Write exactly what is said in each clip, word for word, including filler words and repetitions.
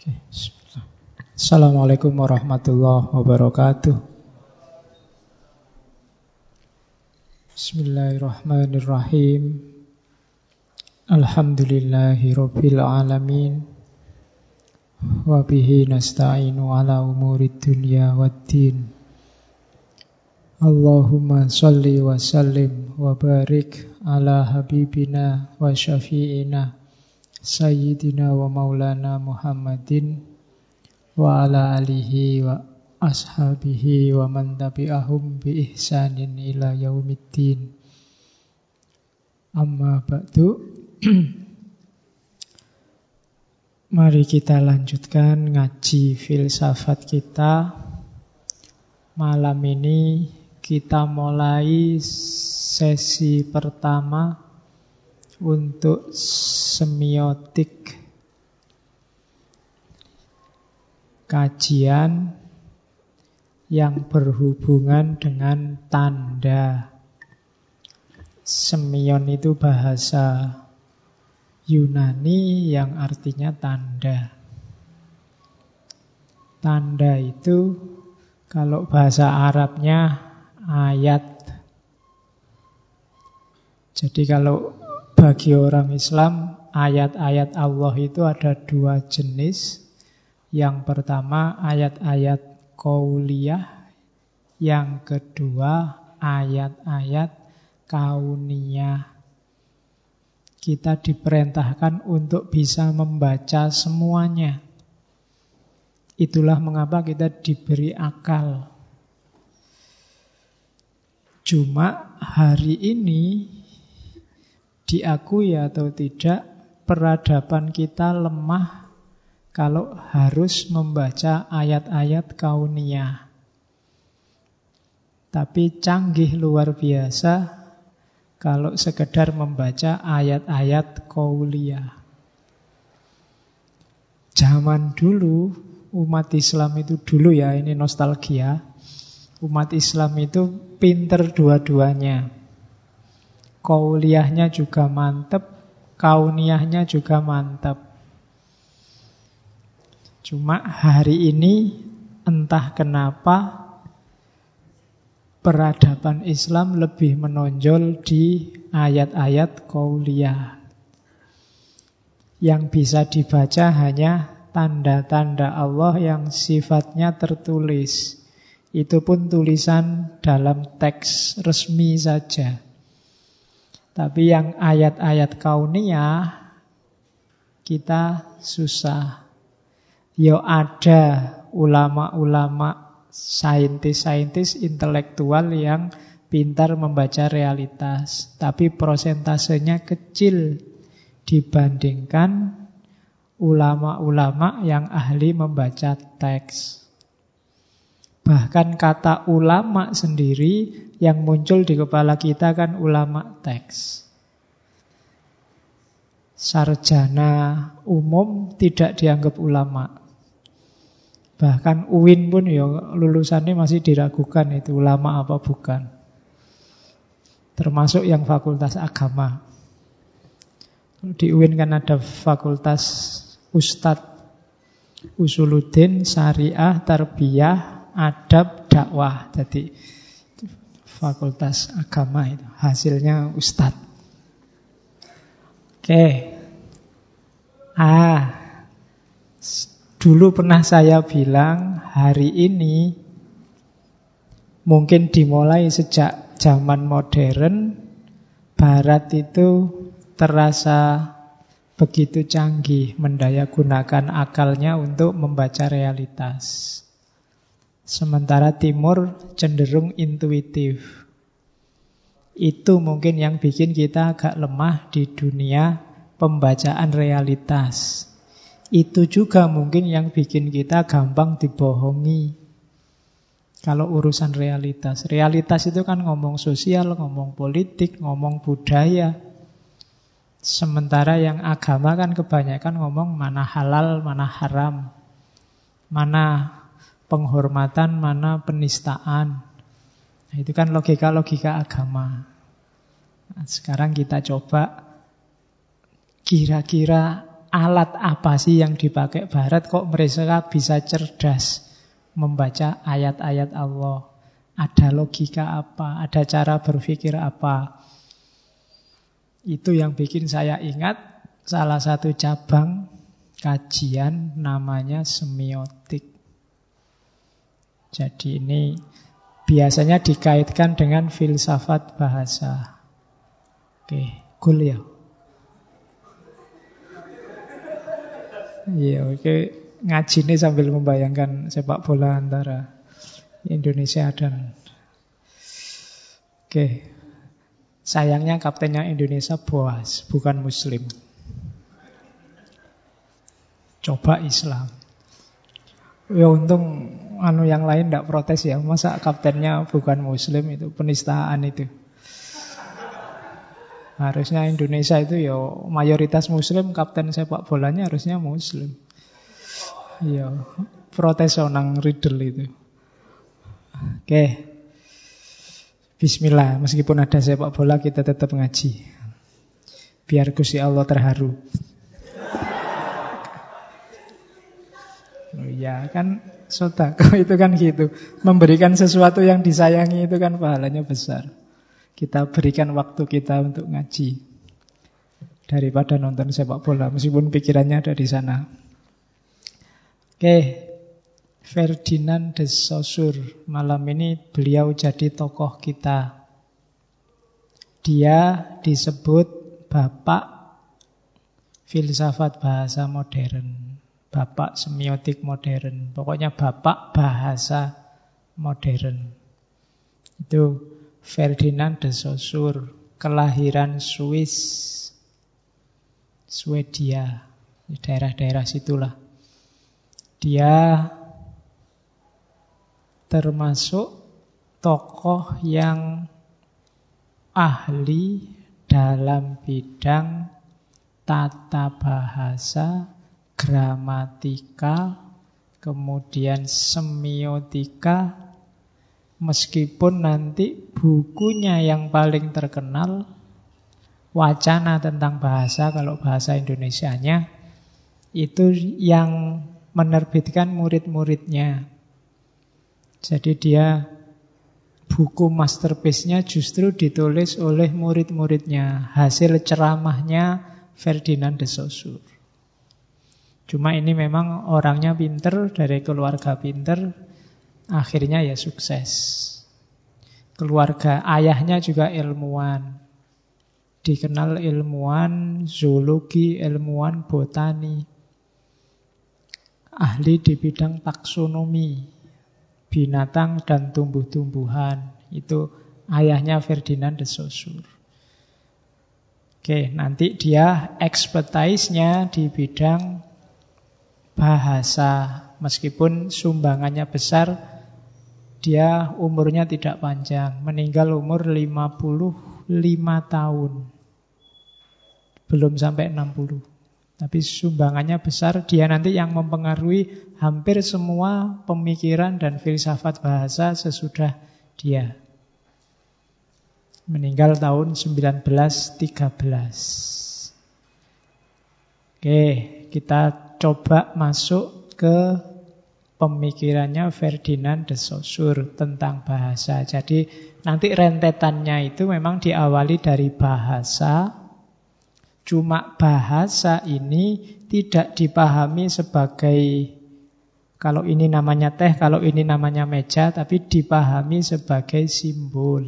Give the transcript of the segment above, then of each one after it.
Oke, bismillah. Assalamualaikum warahmatullahi wabarakatuh. Bismillahirrahmanirrahim. Alhamdulillahi rabbil alamin. Wa bihi nasta'inu ala umurid dunya waddin. Allahumma salli wa sallim wa barik ala habibina wa syafi'ina Sayyidina wa maulana Muhammadin wa ala alihi wa ashabihi wa man tabi'ahum bi ihsanin ila yaumiddin. Amma ba'du. Mari kita lanjutkan ngaji filsafat kita. Malam ini kita mulai sesi pertama untuk semiotik, kajian yang berhubungan dengan tanda. Semion itu bahasa Yunani yang artinya tanda. Tanda itu kalau bahasa Arabnya ayat. Jadi kalau bagi orang Islam, ayat-ayat Allah itu ada dua jenis. Yang pertama ayat-ayat qauliyah, yang kedua ayat-ayat kauniyah. Kita diperintahkan untuk bisa membaca semuanya. Itulah mengapa kita diberi akal. Cuma hari ini, diakui atau tidak, peradaban kita lemah kalau harus membaca ayat-ayat kauniyah. Tapi canggih luar biasa kalau sekedar membaca ayat-ayat qauliyah. Zaman dulu, umat Islam itu dulu ya, ini nostalgia. Umat Islam itu pinter dua-duanya. Qauliyahnya juga mantep, kauniyahnya juga mantep. Cuma hari ini entah kenapa peradaban Islam lebih menonjol di ayat-ayat qauliyah. Yang bisa dibaca hanya tanda-tanda Allah yang sifatnya tertulis. Itu pun tulisan dalam teks resmi saja. Tapi yang ayat-ayat kauniyah kita susah. Yo ada ulama-ulama, saintis-saintis intelektual yang pintar membaca realitas, tapi prosentasenya kecil dibandingkan ulama-ulama yang ahli membaca teks. Bahkan kata ulama sendiri yang muncul di kepala kita kan ulama teks. Sarjana umum tidak dianggap ulama. Bahkan U I N pun ya lulusannya masih diragukan itu ulama apa bukan. Termasuk yang fakultas agama. Di U I N kan ada fakultas Ustadz Usuluddin, Syariah, Tarbiyah, Adab, Dakwah. Jadi fakultas agama itu hasilnya Ustadz. Oke. Ah, dulu pernah saya bilang hari ini mungkin dimulai sejak zaman modern, Barat itu terasa begitu canggih mendaya gunakan akalnya untuk membaca realitas. Sementara Timur cenderung intuitif. Itu mungkin yang bikin kita agak lemah di dunia pembacaan realitas. Itu juga mungkin yang bikin kita gampang dibohongi. Kalau urusan realitas. Realitas itu kan ngomong sosial, ngomong politik, ngomong budaya. Sementara yang agama kan kebanyakan ngomong mana halal, mana haram. Mana penghormatan, mana penistaan. Nah, itu kan logika-logika agama. Nah, sekarang kita coba kira-kira alat apa sih yang dipakai Barat kok mereka bisa cerdas membaca ayat-ayat Allah. Ada logika apa, ada cara berpikir apa. Itu yang bikin saya ingat salah satu cabang kajian namanya semiotik. Jadi ini biasanya dikaitkan dengan filsafat bahasa. Oke, cool ya. Iya, oke. Ngaji ini sambil membayangkan sepak bola antara Indonesia dan Oke. Sayangnya kaptennya Indonesia Boas, bukan Muslim. Coba Islam. Ya untung anu yang lain tidak protes ya. Masa kaptennya bukan Muslim, itu penistaan itu. Harusnya Indonesia itu ya mayoritas Muslim, kapten sepak bolanya harusnya Muslim. Ya, protes onang Riddle itu. Oke. Bismillah, meskipun ada sepak bola kita tetap ngaji. Biar Gusti Allah terharu. Oh ya kan sedekah itu kan gitu. Memberikan sesuatu yang disayangi itu kan pahalanya besar. Kita berikan waktu kita untuk ngaji daripada nonton sepak bola, meskipun pikirannya ada di sana. Oke, Ferdinand de Saussure. Malam ini beliau jadi tokoh kita. Dia disebut bapak filsafat bahasa modern, bapak semiotik modern. Pokoknya bapak bahasa modern. Itu Ferdinand de Saussure, kelahiran Swiss, Swedia, di daerah-daerah situlah. Dia termasuk tokoh yang ahli dalam bidang tata bahasa, gramatika, kemudian semiotika. Meskipun nanti bukunya yang paling terkenal, Wacana tentang Bahasa, kalau bahasa Indonesianya, itu yang menerbitkan murid-muridnya. Jadi dia buku masterpiece-nya justru ditulis oleh murid-muridnya, hasil ceramahnya Ferdinand de Saussure. Cuma ini memang orangnya pinter, dari keluarga pinter, akhirnya ya sukses. Keluarga ayahnya juga ilmuwan, dikenal ilmuwan zoologi, ilmuwan botani, ahli di bidang taksonomi, binatang dan tumbuh-tumbuhan. Itu ayahnya Ferdinand de Saussure. Oke, nanti dia expertise-nya di bidang bahasa. Meskipun sumbangannya besar, dia umurnya tidak panjang. Meninggal umur lima puluh lima tahun. Belum sampai enam puluh. Tapi sumbangannya besar. Dia nanti yang mempengaruhi hampir semua pemikiran dan filsafat bahasa sesudah dia. Meninggal tahun sembilan belas tiga belas. Oke, kita coba masuk ke pemikirannya Ferdinand de Saussure tentang bahasa. Jadi nanti rentetannya itu memang diawali dari bahasa. Cuma bahasa ini tidak dipahami sebagai, kalau ini namanya teh, kalau ini namanya meja, tapi dipahami sebagai simbol.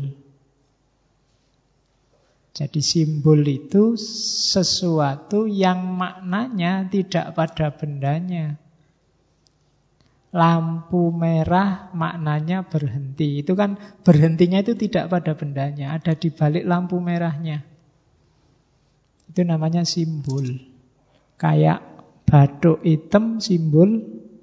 Jadi simbol itu sesuatu yang maknanya tidak pada bendanya. Lampu merah maknanya berhenti. Itu kan berhentinya itu tidak pada bendanya, ada di balik lampu merahnya. Itu namanya simbol. Kayak bathuk hitam simbol.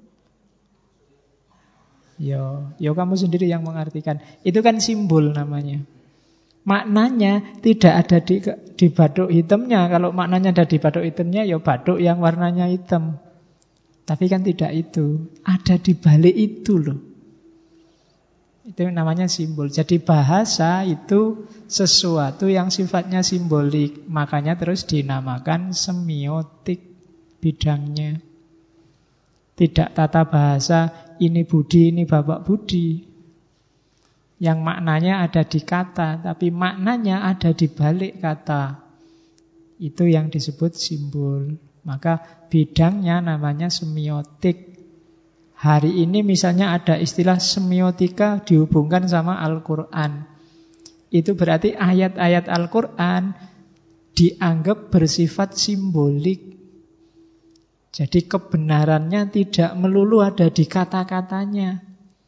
Yo, yo kamu sendiri yang mengartikan. Itu kan simbol namanya. Maknanya tidak ada di, di bathuk hitamnya. Kalau maknanya ada di bathuk hitamnya, ya bathuk yang warnanya hitam. Tapi kan tidak itu. Ada di balik itu loh. Itu namanya simbol. Jadi bahasa itu sesuatu yang sifatnya simbolik. Makanya terus dinamakan semiotik. bidangnya. Tidak tata bahasa, ini Budi, ini Bapak Budi. Yang maknanya ada di kata, tapi maknanya ada di balik kata. Itu yang disebut simbol. Maka bidangnya namanya semiotik. Hari ini misalnya ada istilah semiotika dihubungkan sama Al-Quran. Itu berarti ayat-ayat Al-Quran dianggap bersifat simbolik. Jadi kebenarannya tidak melulu ada di kata-katanya.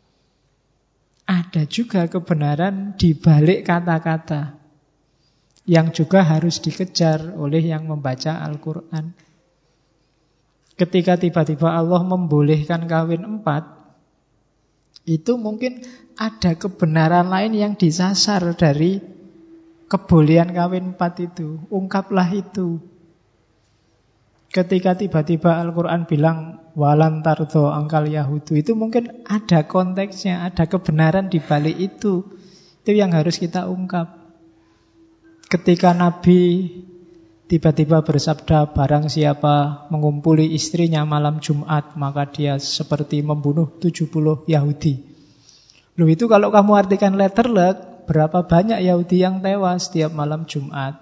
Ada juga kebenaran di balik kata-kata yang juga harus dikejar oleh yang membaca Al-Quran. Ketika tiba-tiba Allah membolehkan kawin empat, itu mungkin ada kebenaran lain yang disasar dari kebolehan kawin empat itu. Ungkaplah itu. Ketika tiba-tiba Al-Quran bilang walan tardo angkal Yahudu, itu mungkin ada konteksnya, ada kebenaran di balik itu. Itu yang harus kita ungkap. Ketika Nabi tiba-tiba bersabda, barang siapa mengumpuli istrinya malam Jumat, maka dia seperti membunuh tujuh puluh Yahudi. Loh, itu kalau kamu artikan letterlek, berapa banyak Yahudi yang tewas setiap malam Jumat?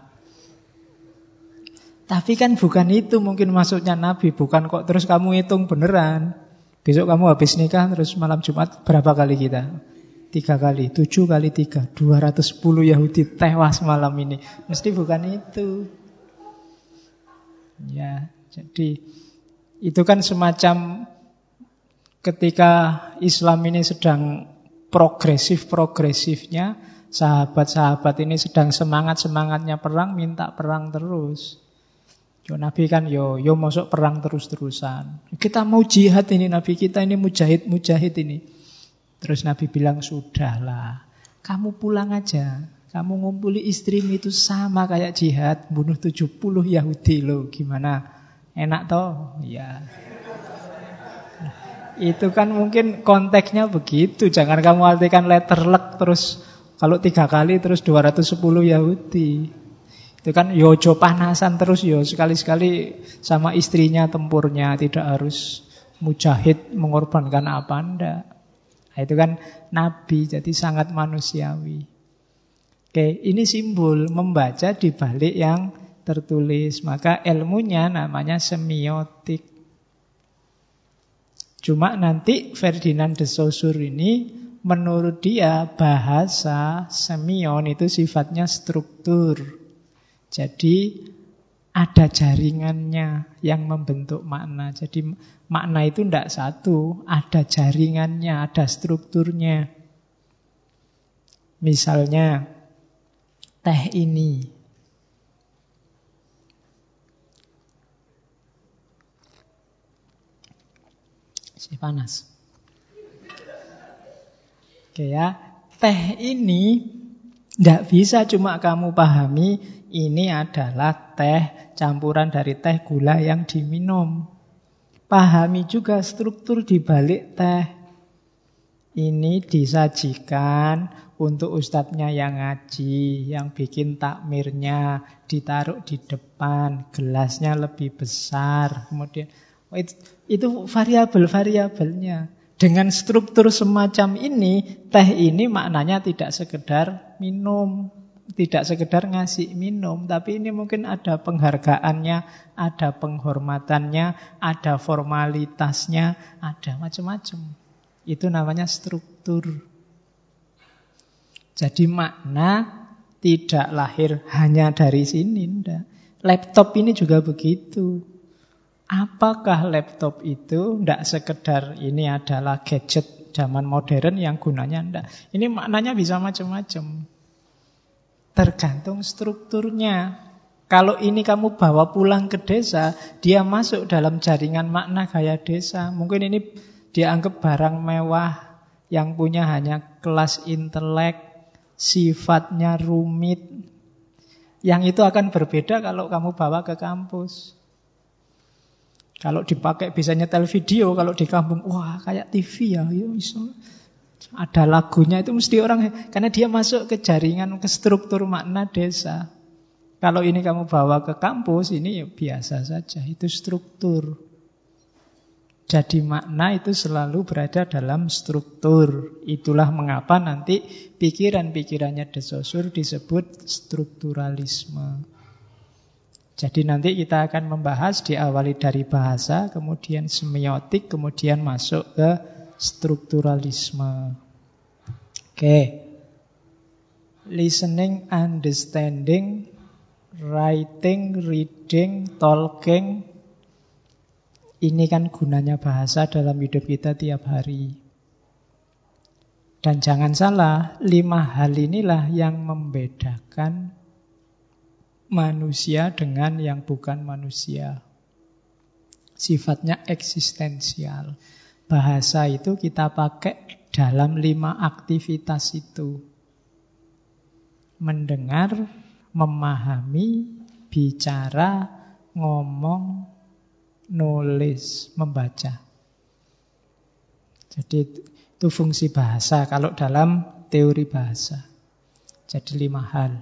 Tapi kan bukan itu mungkin maksudnya Nabi. Bukan kok terus kamu hitung beneran. Besok kamu habis nikah terus malam Jumat berapa kali kita? Tiga kali, tujuh kali tiga, dua ratus sepuluh Yahudi tewas malam ini. Mesti bukan itu. Ya, jadi itu kan semacam ketika Islam ini sedang progresif-progresifnya, sahabat-sahabat ini sedang semangat-semangatnya perang, minta perang terus. Yo, Nabi kan yo yo masuk perang terus-terusan. Kita mau jihad ini, Nabi kita ini mujahid-mujahid ini. Terus Nabi bilang, sudahlah, kamu pulang aja. Kamu ngumpuli istrimu itu sama kayak jihad, bunuh tujuh puluh Yahudi loh. Gimana? Enak toh? Ya. Nah, itu kan mungkin konteksnya begitu. Jangan kamu artikan letterlek terus kalau tiga kali terus dua ratus sepuluh Yahudi. Itu kan yojo panasan terus yo, sekali-sekali sama istrinya tempurnya, tidak harus mujahid mengorbankan apa ndak. Nah, itu kan Nabi, jadi sangat manusiawi. Oke, ini simbol membaca di balik yang tertulis, maka ilmunya namanya semiotik. Cuma nanti Ferdinand de Saussure ini menurut dia bahasa semion itu sifatnya struktur. Jadi ada jaringannya yang membentuk makna. Jadi makna itu tidak satu, ada jaringannya, ada strukturnya. Misalnya teh ini. Si panas. Oke ya, teh ini tidak bisa cuma kamu pahami ini adalah teh campuran dari teh gula yang diminum. Pahami juga struktur di balik teh. Ini disajikan untuk ustadznya yang ngaji, yang bikin takmirnya, ditaruh di depan, gelasnya lebih besar. Kemudian oh itu, itu variabel-variabelnya. Dengan struktur semacam ini, teh ini maknanya tidak sekedar minum. Tidak sekedar ngasih minum, tapi ini mungkin ada penghargaannya, ada penghormatannya, ada formalitasnya, ada macam-macam. Itu namanya struktur. Jadi makna tidak lahir hanya dari sini. Enggak. Laptop ini juga begitu. Apakah laptop itu tidak sekedar ini adalah gadget zaman modern yang gunanya enggak. Ini maknanya bisa macam-macam. Tergantung strukturnya. Kalau ini kamu bawa pulang ke desa, dia masuk dalam jaringan makna gaya desa. Mungkin ini dianggap barang mewah yang punya hanya kelas intelek, sifatnya rumit. Yang itu akan berbeda kalau kamu bawa ke kampus. Kalau dipakai bisa nyetel video, kalau di kampung, wah kayak T V ya, ya bisa. Ada lagunya itu mesti orang, karena dia masuk ke jaringan, ke struktur makna desa. Kalau ini kamu bawa ke kampus, ini ya biasa saja. Itu struktur. Jadi makna itu selalu berada dalam struktur. Itulah mengapa nanti pikiran-pikirannya De Saussure disebut strukturalisme. Jadi nanti kita akan membahas diawali dari bahasa, kemudian semiotik, kemudian masuk ke strukturalisme. Oke. Listening, understanding, writing, reading, talking. Ini kan gunanya bahasa dalam hidup kita tiap hari. Dan jangan salah, lima hal inilah yang membedakan manusia dengan yang bukan manusia. Sifatnya eksistensial. Bahasa itu kita pakai dalam lima aktivitas itu. Mendengar, memahami, bicara, ngomong, nulis, membaca. Jadi itu fungsi bahasa kalau dalam teori bahasa. Jadi lima hal.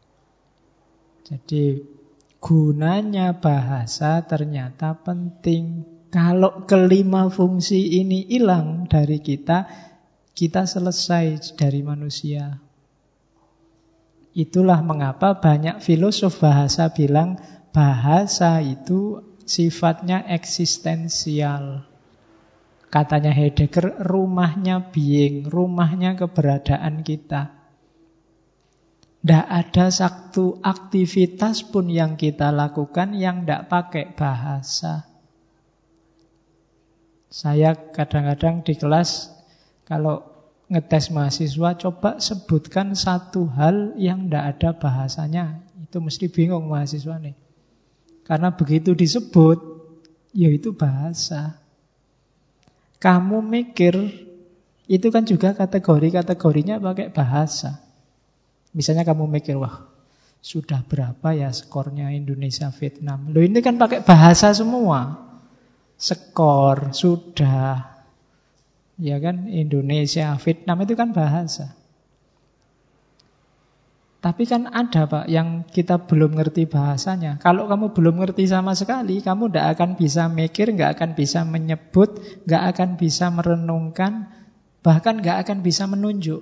Jadi gunanya bahasa ternyata penting. Kalau kelima fungsi ini hilang dari kita, kita selesai dari manusia. Itulah mengapa banyak filosof bahasa bilang bahasa itu sifatnya eksistensial. Katanya Heidegger, rumahnya being, rumahnya keberadaan kita. Tidak ada satu aktivitas pun yang kita lakukan yang tidak pakai bahasa. Saya kadang-kadang di kelas, kalau ngetes mahasiswa, coba sebutkan satu hal yang tidak ada bahasanya. Itu mesti bingung mahasiswa nih. Karena begitu disebut, yaitu bahasa. Kamu mikir, itu kan juga kategori-kategorinya pakai bahasa. Misalnya kamu mikir, wah sudah berapa ya skornya Indonesia-Vietnam. Loh ini kan pakai bahasa semua. Skor, sudah. Ya kan, Indonesia, Vietnam itu kan bahasa. Tapi kan ada Pak yang kita belum ngerti bahasanya. Kalau kamu belum ngerti sama sekali, kamu tidak akan bisa mikir, nggak akan bisa menyebut, nggak akan bisa merenungkan, bahkan nggak akan bisa menunjuk.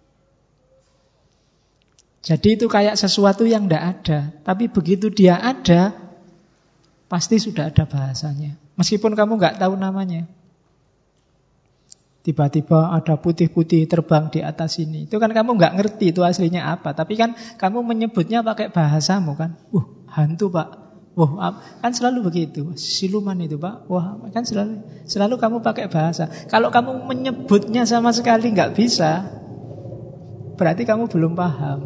Jadi itu kayak sesuatu yang tidak ada. Tapi begitu dia ada, pasti sudah ada bahasanya. Meskipun kamu nggak tahu namanya. Tiba-tiba ada putih-putih terbang di atas ini. Itu kan kamu nggak ngerti itu aslinya apa. Tapi kan kamu menyebutnya pakai bahasamu kan. Uh, hantu Pak. Wah, kan selalu begitu. Siluman itu Pak. Wah, kan selalu selalu kamu pakai bahasa. Kalau kamu menyebutnya sama sekali nggak bisa, berarti kamu belum paham.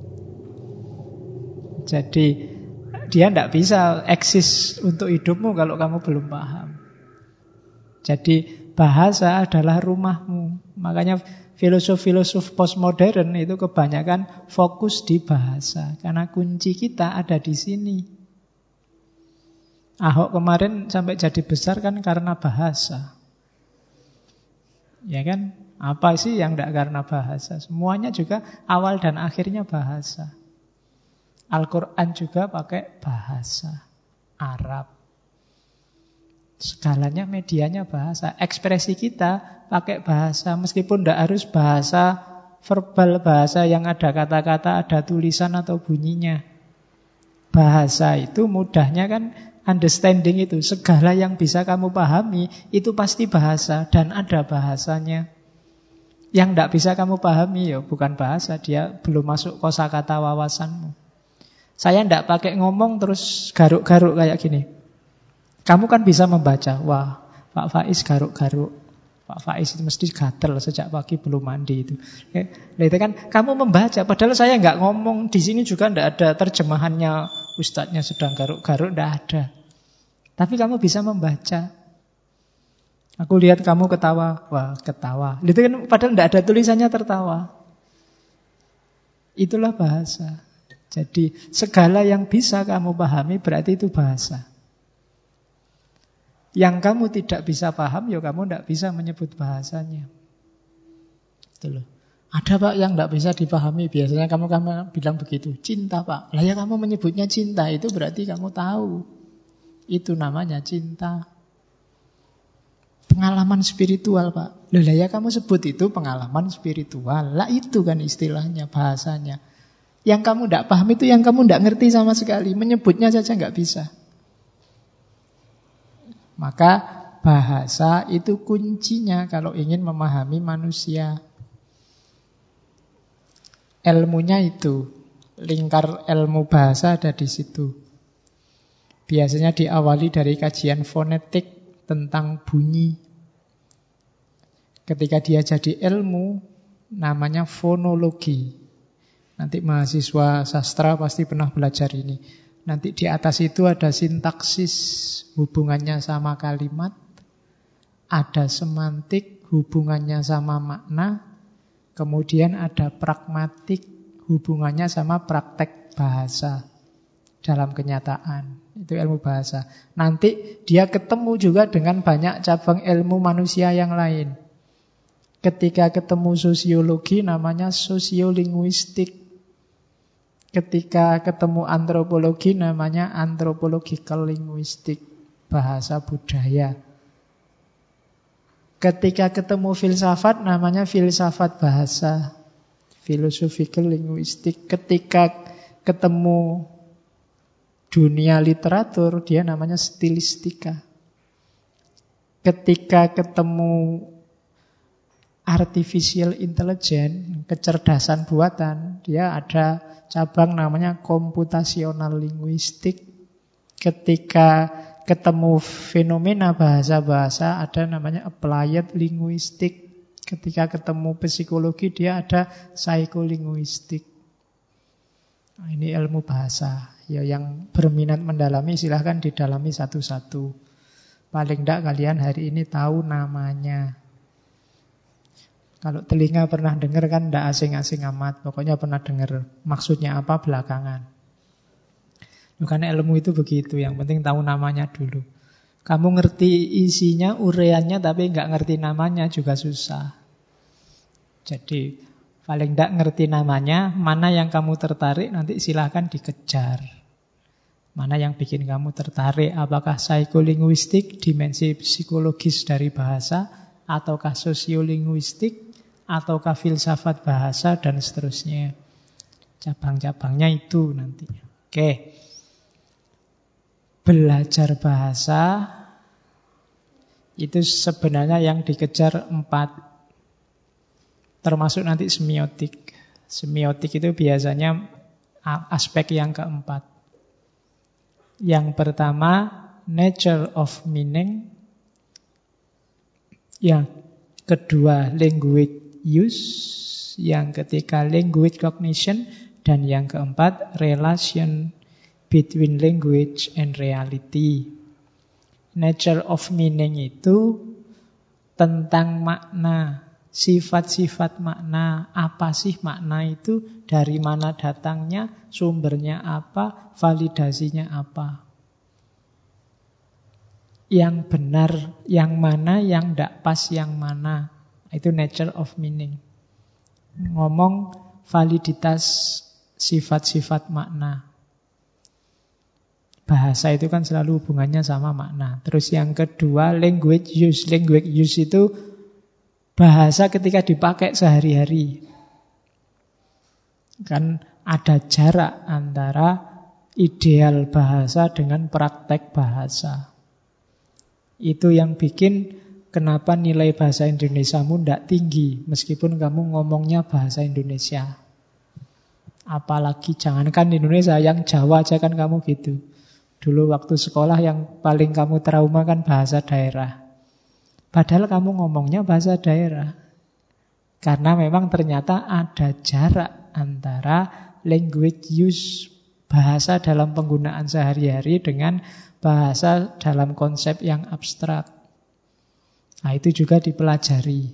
Jadi dia tidak bisa eksis untuk hidupmu kalau kamu belum paham. Jadi bahasa adalah rumahmu. Makanya filosof-filosof postmodern itu kebanyakan fokus di bahasa. Karena kunci kita ada di sini. Ahok kemarin sampai jadi besar kan karena bahasa. Ya kan? Apa sih yang tidak karena bahasa? Semuanya juga awal dan akhirnya bahasa. Al-Quran juga pakai bahasa Arab. Segalanya medianya bahasa. Ekspresi kita pakai bahasa. Meskipun tidak harus bahasa verbal, bahasa yang ada kata-kata, ada tulisan atau bunyinya. Bahasa itu mudahnya kan understanding itu. Segala yang bisa kamu pahami itu pasti bahasa dan ada bahasanya. Yang tidak bisa kamu pahami ya bukan bahasa. Dia belum masuk kosakata wawasanmu. Saya tidak pakai ngomong terus garuk-garuk kayak gini. Kamu kan bisa membaca. Wah, Pak Faiz garuk-garuk. Pak Faiz itu mesti gatel sejak pagi belum mandi itu. Oke. Nah, itu kan kamu membaca. Padahal saya nggak ngomong. Di sini juga tidak ada terjemahannya. Ustadznya sedang garuk-garuk, tidak ada. Tapi kamu bisa membaca. Aku lihat kamu ketawa. Wah, ketawa. Itu kan padahal tidak ada tulisannya tertawa. Itulah bahasa. Jadi segala yang bisa kamu pahami berarti itu bahasa. Yang kamu tidak bisa paham, ya kamu tidak bisa menyebut bahasanya. Itu loh. Ada Pak yang tidak bisa dipahami. Biasanya kamu, kamu bilang begitu. Cinta Pak. Lah ya kamu menyebutnya cinta. Itu berarti kamu tahu. Itu namanya cinta. Pengalaman spiritual Pak. Lah ya kamu sebut itu pengalaman spiritual. Lah itu kan istilahnya, bahasanya. Yang kamu tidak paham itu yang kamu tidak ngerti sama sekali. Menyebutnya saja nggak bisa. Maka bahasa itu kuncinya kalau ingin memahami manusia. Ilmunya itu, lingkar ilmu bahasa ada di situ. Biasanya diawali dari kajian fonetik tentang bunyi. Ketika dia jadi ilmu, namanya fonologi. Nanti mahasiswa sastra pasti pernah belajar ini. Nanti di atas itu ada sintaksis, hubungannya sama kalimat. Ada semantik, hubungannya sama makna. Kemudian ada pragmatik, hubungannya sama praktek bahasa dalam kenyataan. Itu ilmu bahasa. Nanti dia ketemu juga dengan banyak cabang ilmu manusia yang lain. Ketika ketemu sosiologi namanya sosiolinguistik. Ketika ketemu antropologi namanya anthropological linguistic, bahasa budaya. Ketika ketemu filsafat namanya filsafat bahasa, philosophical linguistic. Ketika ketemu dunia literatur dia namanya stilistika. Ketika ketemu artificial intelligence, kecerdasan buatan, dia ada cabang namanya computational linguistic. Ketika ketemu fenomena bahasa-bahasa ada namanya applied linguistic. Ketika ketemu psikologi dia ada psycholinguistic. Nah, ini ilmu bahasa. Ya, yang berminat mendalami silahkan didalami satu-satu. Paling tidak kalian hari ini tahu namanya. Kalau telinga pernah dengar kan tidak asing-asing amat. Pokoknya pernah dengar maksudnya apa belakangan. Bukan ilmu itu begitu, yang penting tahu namanya dulu. Kamu ngerti isinya, ureannya, tapi nggak ngerti namanya juga susah. Jadi paling nggak ngerti namanya, mana yang kamu tertarik nanti silahkan dikejar. Mana yang bikin kamu tertarik, apakah psikolinguistik, dimensi psikologis dari bahasa, ataukah sosiolinguistik, ataukah filsafat bahasa, dan seterusnya. Cabang-cabangnya itu nanti. Oke. Belajar bahasa itu sebenarnya yang dikejar empat. Termasuk nanti semiotik. Semiotik itu biasanya aspek yang keempat. Yang pertama, nature of meaning. Yang kedua, language use. Yang ketiga, language cognition. Dan yang keempat, relation between language and reality. Nature of meaning itu tentang makna, sifat-sifat makna. Apa sih makna itu? Dari mana datangnya? Sumbernya apa? Validasinya apa? Yang benar yang mana? Yang tidak pas yang mana? Itu nature of meaning. Ngomong validitas sifat-sifat makna. Bahasa itu kan selalu hubungannya sama makna. Terus yang kedua, language use. Language use itu bahasa ketika dipakai sehari-hari. Kan ada jarak antara ideal bahasa dengan praktek bahasa. Itu yang bikin kenapa nilai bahasa Indonesiamu tidak tinggi, meskipun kamu ngomongnya bahasa Indonesia. Apalagi jangankan Indonesia, yang Jawa aja kan kamu gitu. Dulu waktu sekolah yang paling kamu trauma kan bahasa daerah. Padahal kamu ngomongnya bahasa daerah. Karena memang ternyata ada jarak antara language use, bahasa dalam penggunaan sehari-hari, dengan bahasa dalam konsep yang abstrak. Nah, itu juga dipelajari.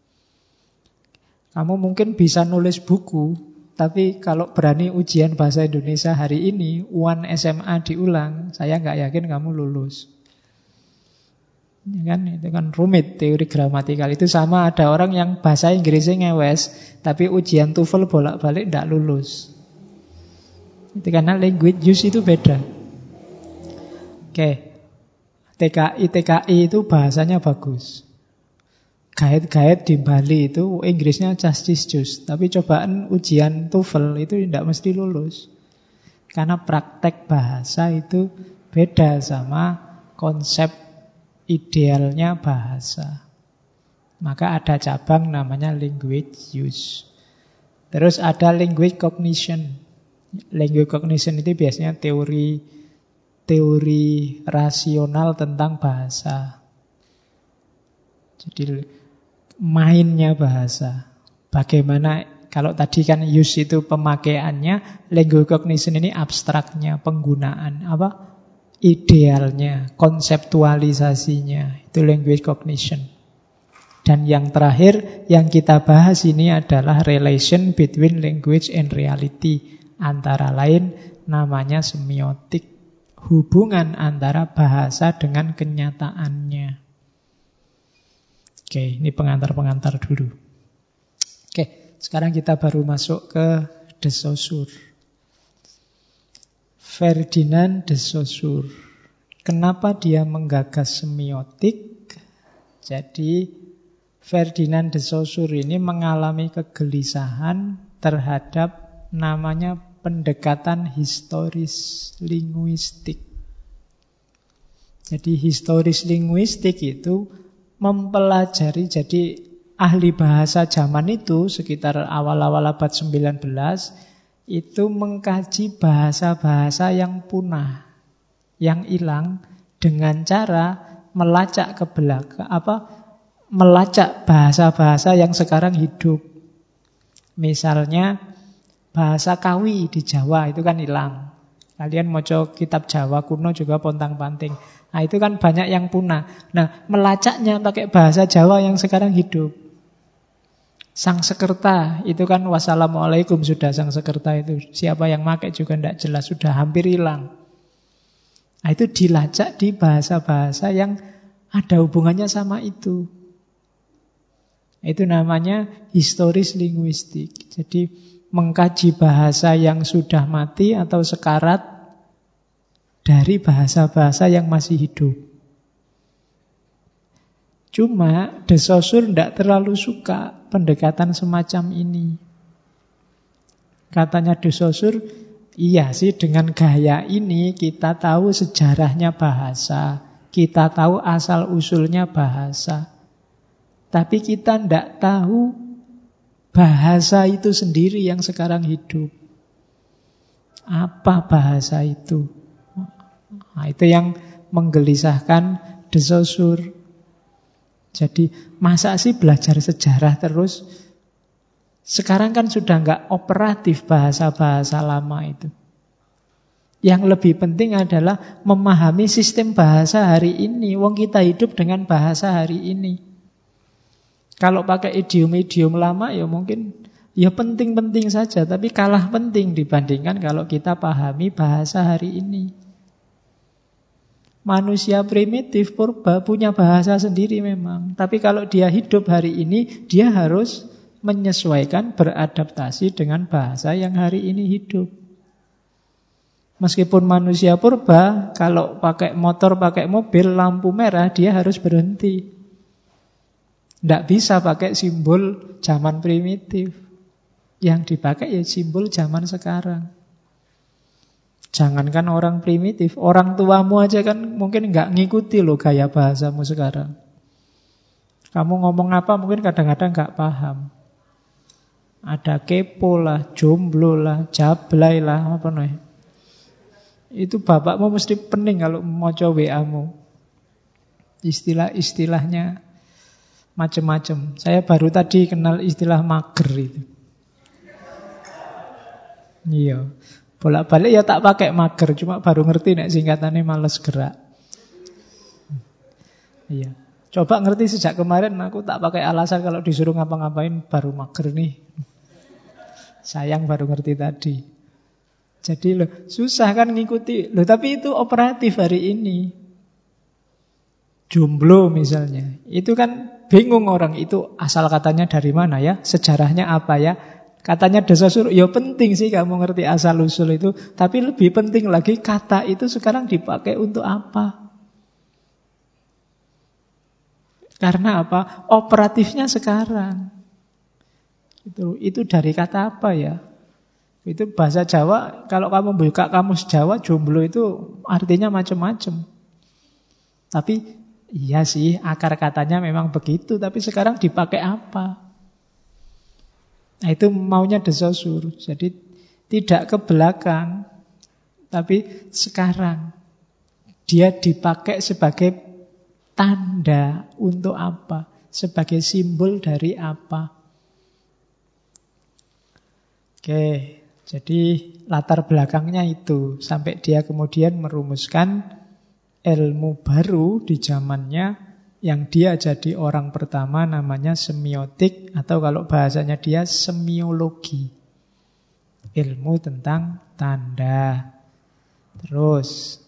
Kamu mungkin bisa nulis buku, tapi kalau berani ujian bahasa Indonesia hari ini, U A N S M A diulang, saya nggak yakin kamu lulus. Ya kan, itu kan rumit teori gramatikal. Itu sama ada orang yang bahasa Inggrisnya ngewes, tapi ujian TOEFL bolak-balik tidak lulus. Itu karena language use itu beda. Oke, T K I T K I itu bahasanya bagus. Guide-guide di Bali itu Inggrisnya just-just, tapi cobaan ujian TOEFL itu tidak mesti lulus. Karena praktek bahasa itu beda sama konsep idealnya bahasa. Maka ada cabang namanya language use. Terus ada language cognition. Language cognition itu biasanya teori teori rasional tentang bahasa. Jadi mainnya bahasa. Bagaimana, kalau tadi kan use itu pemakaiannya, language cognition ini abstraknya, penggunaan apa? Idealnya, konseptualisasinya. Itu language cognition. Dan yang terakhir yang kita bahas ini adalah relation between language and reality. Antara lain namanya semiotik, hubungan antara bahasa dengan kenyataannya. Oke, ini pengantar-pengantar dulu. Oke, sekarang kita baru masuk ke de Saussure. Ferdinand de Saussure. Kenapa dia menggagas semiotik? Jadi Ferdinand de Saussure ini mengalami kegelisahan terhadap namanya pendekatan historis linguistik. Jadi historis linguistik itu mempelajari, jadi ahli bahasa zaman itu sekitar awal-awal abad sembilan belas itu mengkaji bahasa-bahasa yang punah, yang hilang dengan cara melacak ke belakang, apa? melacak bahasa-bahasa yang sekarang hidup. Misalnya bahasa Kawi di Jawa itu kan hilang. Kalian mau coba kitab Jawa kuno juga pontang-panting. Nah itu kan banyak yang punah. Nah melacaknya pakai bahasa Jawa yang sekarang hidup. Sangsekerta itu kan wassalamualaikum sudah Sangsekerta itu. Siapa yang pakai juga tidak jelas, sudah hampir hilang. Nah itu dilacak di bahasa-bahasa yang ada hubungannya sama itu. Itu namanya historis linguistik. Jadi mengkaji bahasa yang sudah mati atau sekarat dari bahasa-bahasa yang masih hidup. Cuma de Saussure tidak terlalu suka pendekatan semacam ini. Katanya de Saussure, iya sih dengan gaya ini kita tahu sejarahnya bahasa, kita tahu asal-usulnya bahasa. Tapi kita tidak tahu bahasa itu sendiri yang sekarang hidup. Apa bahasa itu? Nah, itu yang menggelisahkan de Saussure. Jadi masa sih belajar sejarah terus? Sekarang kan sudah nggak operatif bahasa-bahasa lama itu. Yang lebih penting adalah memahami sistem bahasa hari ini. Wong kita hidup dengan bahasa hari ini. Kalau pakai idiom-idiom lama ya mungkin ya penting-penting saja, tapi kalah penting dibandingkan kalau kita pahami bahasa hari ini. Manusia primitif purba punya bahasa sendiri memang, tapi kalau dia hidup hari ini, dia harus menyesuaikan, beradaptasi dengan bahasa yang hari ini hidup. Meskipun manusia purba, kalau pakai motor, pakai mobil, lampu merah, dia harus berhenti. Tidak bisa pakai simbol zaman primitif. Yang dipakai ya simbol zaman sekarang. Jangankan orang primitif, orang tuamu aja kan mungkin nggak ngikuti loh gaya bahasamu sekarang. Kamu ngomong apa mungkin kadang-kadang nggak paham. Ada kepo lah, jomblo lah, jablay lah, apa nih? Itu bapakmu mesti pening kalau mau coba W A-mu. Istilah-istilahnya macam-macam. Saya baru tadi kenal istilah mager itu. Iya. Bolak-balik ya tak pakai mager, cuma baru ngerti nek singkatannya males gerak. Iya. Coba ngerti sejak kemarin aku tak pakai alasan kalau disuruh ngapa-ngapain baru mager nih. Sayang baru ngerti tadi. Jadi loh, susah kan ngikuti. Loh tapi itu operatif hari ini. jomblo misalnya. Itu kan bingung orang, itu asal katanya dari mana ya? Sejarahnya apa ya? Katanya desa suruh, ya penting sih kamu ngerti asal usul itu. Tapi lebih penting lagi kata itu sekarang dipakai untuk apa? Karena apa? Operatifnya sekarang. Itu, itu dari kata apa ya? Itu bahasa Jawa, kalau kamu buka kamus Jawa, jomblo itu artinya macam-macam. Tapi iya sih, akar katanya memang begitu. Tapi sekarang dipakai apa? Nah itu maunya Desaussure. Jadi tidak ke belakang, tapi sekarang. Dia dipakai sebagai tanda untuk apa? Sebagai simbol dari apa? Oke, jadi latar belakangnya itu. Sampai dia kemudian merumuskan ilmu baru di zamannya, yang dia jadi orang pertama, namanya semiotik, atau kalau bahasanya dia semiologi. Ilmu tentang tanda. Terus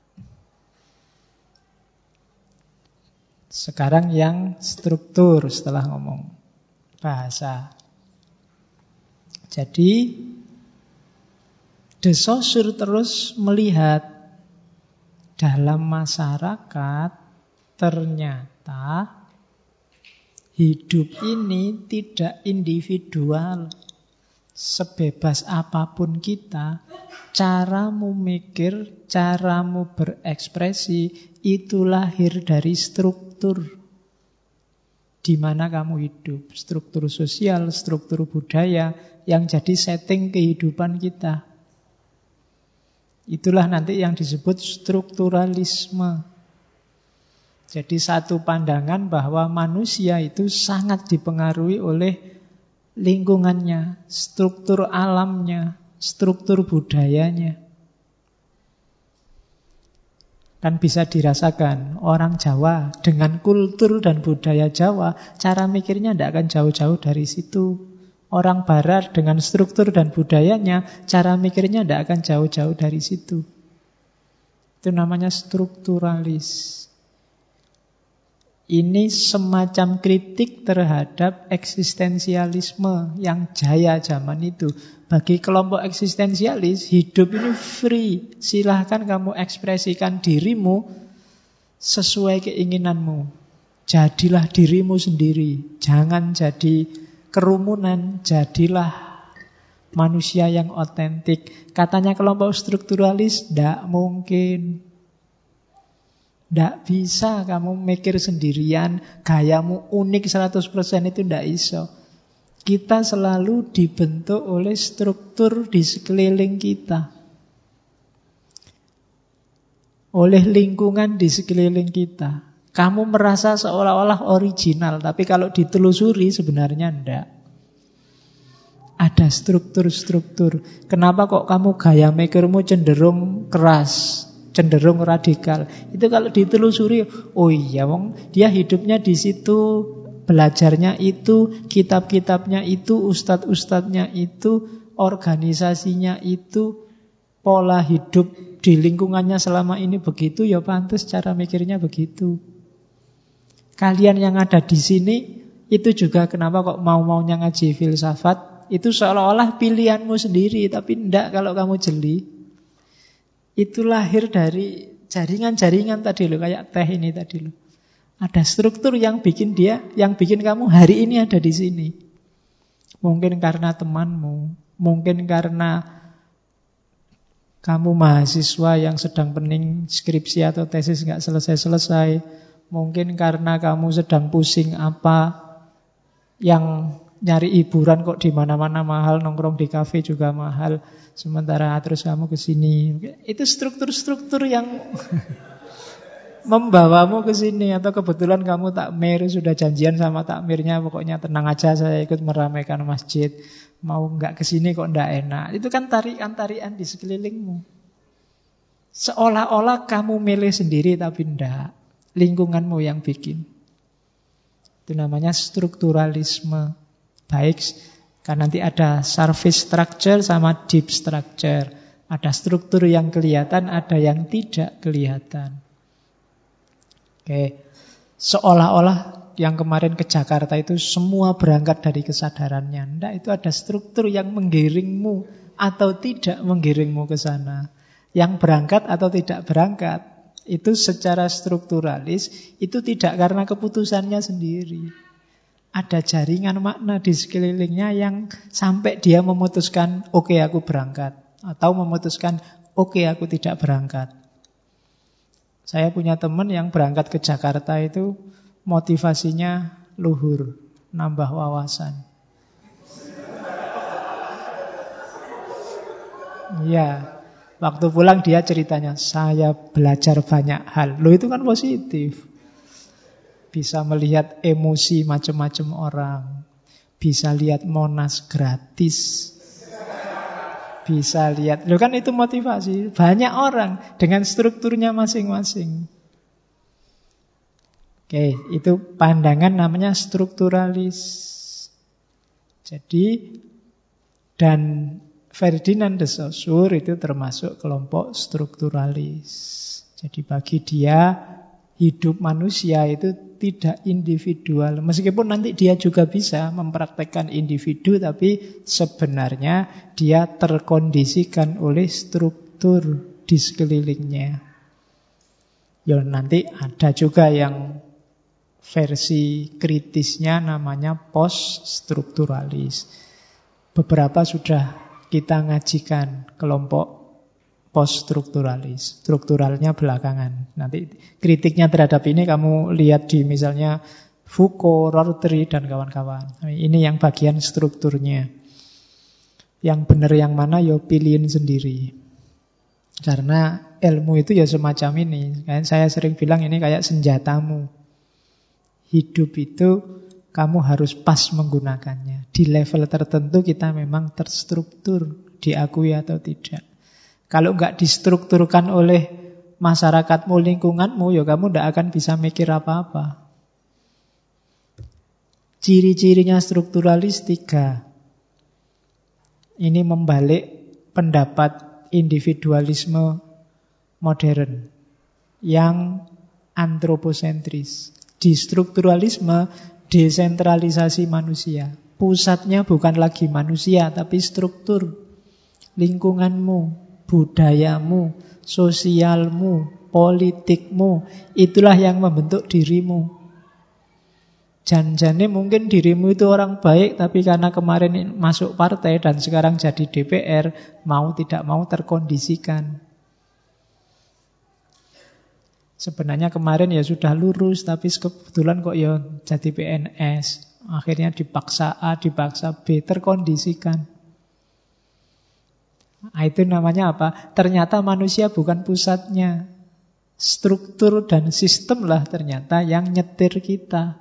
sekarang yang struktur setelah ngomong bahasa. Jadi Desaussure terus melihat dalam masyarakat ternyata hidup ini tidak individual. Sebebas apapun kita, caramu mikir, caramu berekspresi itu lahir dari struktur di mana kamu hidup. Struktur sosial, struktur budaya yang jadi setting kehidupan kita. Itulah nanti yang disebut strukturalisme. Jadi satu pandangan bahwa manusia itu sangat dipengaruhi oleh lingkungannya, struktur alamnya, struktur budayanya. Kan bisa dirasakan orang Jawa dengan kultur dan budaya Jawa, cara mikirnya tidak akan jauh-jauh dari situ. Orang Barat dengan struktur dan budayanya, cara mikirnya tidak akan jauh-jauh dari situ. Itu namanya strukturalis. Ini semacam kritik terhadap eksistensialisme yang jaya zaman itu. Bagi kelompok eksistensialis, hidup ini free. Silahkan kamu ekspresikan dirimu sesuai keinginanmu. Jadilah dirimu sendiri. Jangan jadi kerumunan. Jadilah manusia yang otentik. Katanya kelompok strukturalis, tidak mungkin. Tidak bisa kamu mikir sendirian, gayamu unik seratus persen itu tidak iso. Kita selalu dibentuk oleh struktur di sekeliling kita. Oleh lingkungan di sekeliling kita. Kamu merasa seolah-olah original, tapi kalau ditelusuri sebenarnya tidak. Ada struktur-struktur. Kenapa kok kamu gaya mikirmu cenderung keras? Cenderung radikal. Itu kalau ditelusuri, oh iya wong, dia hidupnya di situ, belajarnya itu, kitab-kitabnya itu, ustadz-ustadznya itu, organisasinya itu, pola hidup di lingkungannya selama ini begitu, ya pantas cara mikirnya begitu. Kalian yang ada di sini, itu juga kenapa kok mau-maunya ngaji filsafat, itu seolah-olah pilihanmu sendiri, tapi tidak kalau kamu jeli. Itu lahir dari jaringan-jaringan tadi loh, kayak teh ini tadi loh. Ada struktur yang bikin dia, yang bikin kamu hari ini ada di sini. Mungkin karena temanmu, mungkin karena kamu mahasiswa yang sedang pening skripsi atau tesis nggak selesai-selesai, mungkin karena kamu sedang pusing apa, yang nyari hiburan kok di mana-mana mahal, nongkrong di kafe juga mahal. Sementara terus kamu ke sini. Itu struktur-struktur yang membawamu ke sini. Atau kebetulan kamu takmir, sudah janjian sama takmirnya, pokoknya tenang aja saya ikut meramaikan masjid. Mau nggak ke sini kok nggak enak. Itu kan tarian-tarian di sekelilingmu. Seolah-olah kamu milih sendiri, tapi enggak. Lingkunganmu yang bikin. Itu namanya strukturalisme. Baik, kan nanti ada surface structure sama deep structure. Ada struktur yang kelihatan, ada yang tidak kelihatan. Oke, seolah-olah yang kemarin ke Jakarta itu semua berangkat dari kesadarannya. Tidak, itu ada struktur yang menggiringmu atau tidak menggiringmu ke sana. Yang berangkat atau tidak berangkat, itu secara strukturalis, itu tidak karena keputusannya sendiri. Ada jaringan makna di sekelilingnya yang sampai dia memutuskan, oke okay, aku berangkat. Atau memutuskan, oke okay, aku tidak berangkat. Saya punya teman yang berangkat ke Jakarta itu motivasinya luhur, nambah wawasan. Ya, waktu pulang dia ceritanya, saya belajar banyak hal. Loh, itu kan positif. Bisa melihat emosi macam-macam orang. Bisa lihat Monas gratis. Bisa lihat, loh kan itu motivasi. Banyak orang dengan strukturnya masing-masing. Oke, itu pandangan namanya strukturalis. Jadi, dan Ferdinand de Saussure itu termasuk kelompok strukturalis. Jadi bagi dia, hidup manusia itu tidak individual. Meskipun nanti dia juga bisa mempraktekkan individu, tapi sebenarnya dia terkondisikan oleh struktur di sekelilingnya. Ya nanti ada juga yang versi kritisnya namanya post-strukturalis. Beberapa sudah kita ngajikan kelompok post-strukturalis. Strukturalnya belakangan. Nanti kritiknya terhadap ini kamu lihat di misalnya Foucault, Rorty, dan kawan-kawan. Ini yang bagian strukturnya. Yang benar yang mana, ya pilihin sendiri. Karena ilmu itu ya semacam ini. Kayak saya sering bilang ini kayak senjatamu. Hidup itu kamu harus pas menggunakannya. Di level tertentu kita memang terstruktur, diakui atau tidak. Kalau nggak distrukturkan oleh masyarakatmu, lingkunganmu, ya kamu nggak akan bisa mikir apa-apa. Ciri-cirinya strukturalis tiga. Ini membalik pendapat individualisme modern yang antroposentris. Di strukturalisme, desentralisasi manusia. Pusatnya bukan lagi manusia, tapi struktur. Lingkunganmu, budayamu, sosialmu, politikmu, itulah yang membentuk dirimu. Jan-jane mungkin dirimu itu orang baik, tapi karena kemarin masuk partai dan sekarang jadi D P R, mau tidak mau terkondisikan. Sebenarnya kemarin ya sudah lurus, tapi kebetulan kok ya jadi P N S. Akhirnya dipaksa A, dipaksa B, terkondisikan. Nah, itu namanya apa? Ternyata manusia bukan pusatnya. Struktur dan sistem lah ternyata yang nyetir kita.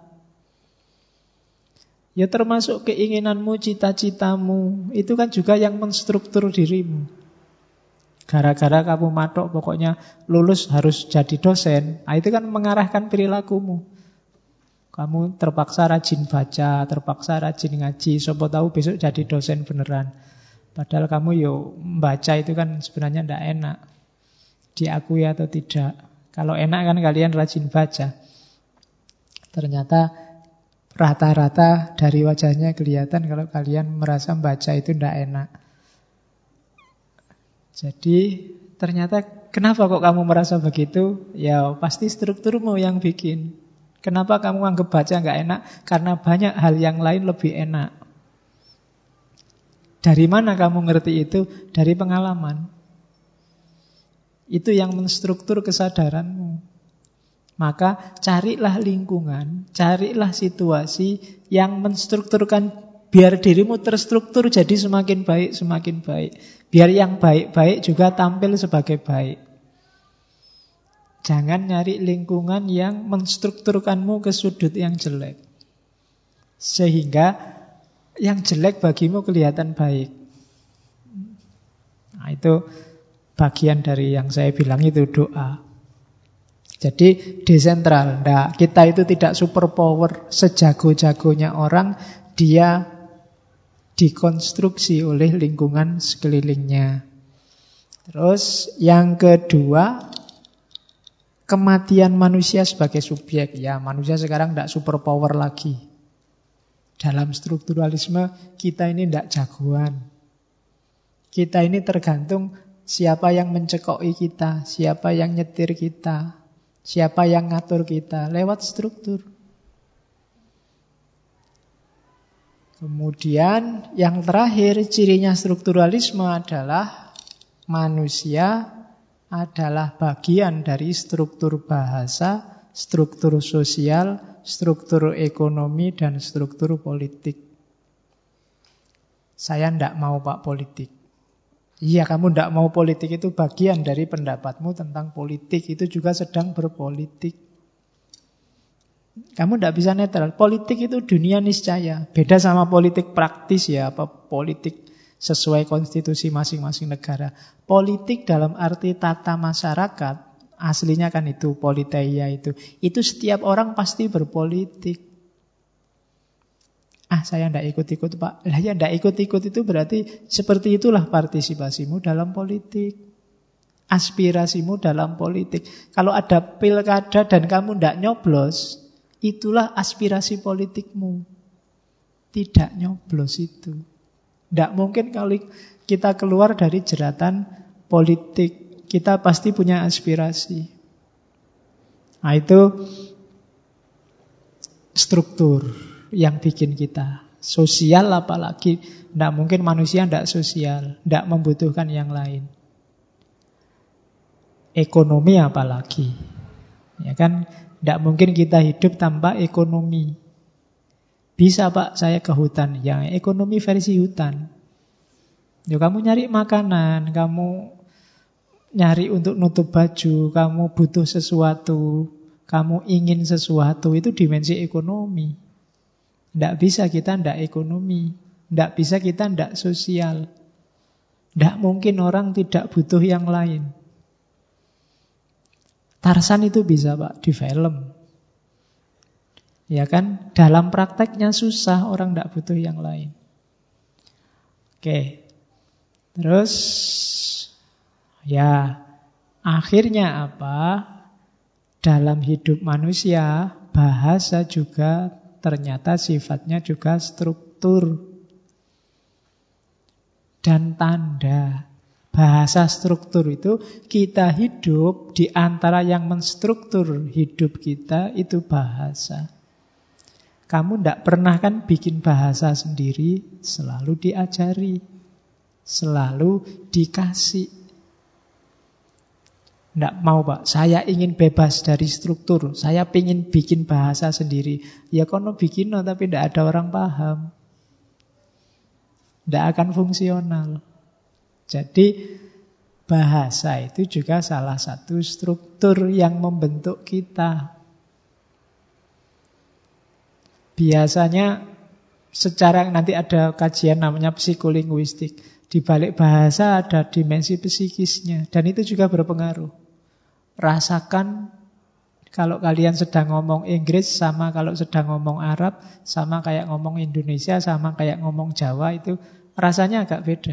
Ya termasuk keinginanmu, cita-citamu. Itu kan juga yang menstruktur dirimu. Gara-gara kamu matok pokoknya lulus harus jadi dosen. Nah, itu kan mengarahkan perilakumu. Kamu terpaksa rajin baca, terpaksa rajin ngaji. Siapa tahu besok jadi dosen beneran. Padahal kamu yo membaca itu kan sebenarnya tidak enak. Diakui atau tidak. Kalau enak kan kalian rajin baca. Ternyata rata-rata dari wajahnya kelihatan kalau kalian merasa membaca itu tidak enak. Jadi ternyata kenapa kok kamu merasa begitu? Ya pasti strukturmu yang bikin. Kenapa kamu anggap baca nggak enak? Karena banyak hal yang lain lebih enak. Dari mana kamu ngerti itu? Dari pengalaman. Itu yang menstruktur kesadaranmu. Maka carilah lingkungan, carilah situasi yang menstrukturkan. Biar dirimu terstruktur jadi semakin baik, semakin baik. Biar yang baik-baik juga tampil sebagai baik. Jangan nyari lingkungan yang menstrukturkanmu ke sudut yang jelek. Sehingga yang jelek bagimu kelihatan baik. Nah, itu bagian dari yang saya bilang itu doa. Jadi desentral. Nah, kita itu tidak superpower. Sejago-jagonya orang, dia dikonstruksi oleh lingkungan sekelilingnya. Terus yang kedua, kematian manusia sebagai subjek. Ya, manusia sekarang tidak superpower lagi. Dalam strukturalisme kita ini tidak jagoan. Kita ini tergantung siapa yang mencekoki kita, siapa yang nyetir kita, siapa yang ngatur kita lewat struktur. Kemudian yang terakhir, cirinya strukturalisme adalah manusia adalah bagian dari struktur bahasa, struktur sosial, struktur ekonomi, dan struktur politik. Saya tidak mau Pak politik. Iya, kamu tidak mau politik itu bagian dari pendapatmu tentang politik. Itu juga sedang berpolitik. Kamu tidak bisa netral. Politik itu dunia niscaya. Beda sama politik praktis ya, apa politik sesuai konstitusi masing-masing negara. Politik dalam arti tata masyarakat, aslinya kan itu, politeia itu. Itu setiap orang pasti berpolitik. Ah, saya tidak ikut-ikut Pak. Lah ya tidak ikut-ikut itu berarti seperti itulah partisipasimu dalam politik. Aspirasimu dalam politik. Kalau ada pilkada dan kamu tidak nyoblos, itulah aspirasi politikmu. Tidak nyoblos itu. Tidak mungkin kalau kita keluar dari jeratan politik. Kita pasti punya aspirasi. Nah itu struktur yang bikin kita sosial, apalagi tidak mungkin manusia tidak sosial, tidak membutuhkan yang lain. Ekonomi apalagi, ya kan, tidak mungkin kita hidup tanpa ekonomi. Bisa Pak saya ke hutan, ya ekonomi versi hutan. Ya, kamu nyari makanan, kamu nyari untuk nutup baju, kamu butuh sesuatu, kamu ingin sesuatu, itu dimensi ekonomi. Tidak bisa kita tidak ekonomi. Tidak bisa kita tidak sosial. Tidak mungkin orang tidak butuh yang lain. Tarzan itu bisa Pak di film. Ya kan? Dalam prakteknya susah, orang tidak butuh yang lain. Oke. Terus ya akhirnya apa? Dalam hidup manusia, bahasa juga ternyata sifatnya juga struktur dan tanda. Bahasa struktur itu kita hidup di antara yang menstruktur hidup kita itu bahasa. Kamu tidak pernah kan bikin bahasa sendiri, selalu diajari, selalu dikasih. Tidak mau Pak, saya ingin bebas dari struktur, saya ingin bikin bahasa sendiri. Ya kono bikin tapi tidak ada orang paham. Tidak akan fungsional. Jadi bahasa itu juga salah satu struktur yang membentuk kita. Biasanya secara nanti ada kajian namanya psikolinguistik. Di balik bahasa ada dimensi psikisnya. Dan itu juga berpengaruh. Rasakan kalau kalian sedang ngomong Inggris sama kalau sedang ngomong Arab, sama kayak ngomong Indonesia, sama kayak ngomong Jawa, itu rasanya agak beda.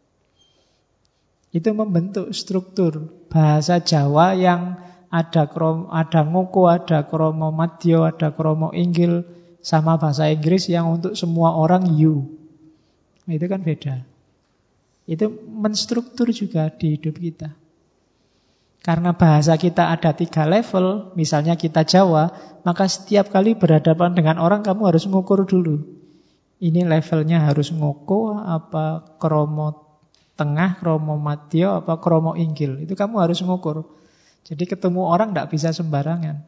Itu membentuk struktur. Bahasa Jawa yang ada krom, ada ngoko, ada kromo madya, ada kromo inggil, sama bahasa Inggris yang untuk semua orang you. Itu kan beda. Itu menstruktur juga di hidup kita. Karena bahasa kita ada tiga level, misalnya kita Jawa, maka setiap kali berhadapan dengan orang kamu harus ngukur dulu. Ini levelnya harus ngoko, apa kromo tengah, kromo madya, apa kromo inggil. Itu kamu harus ngukur. Jadi ketemu orang tidak bisa sembarangan.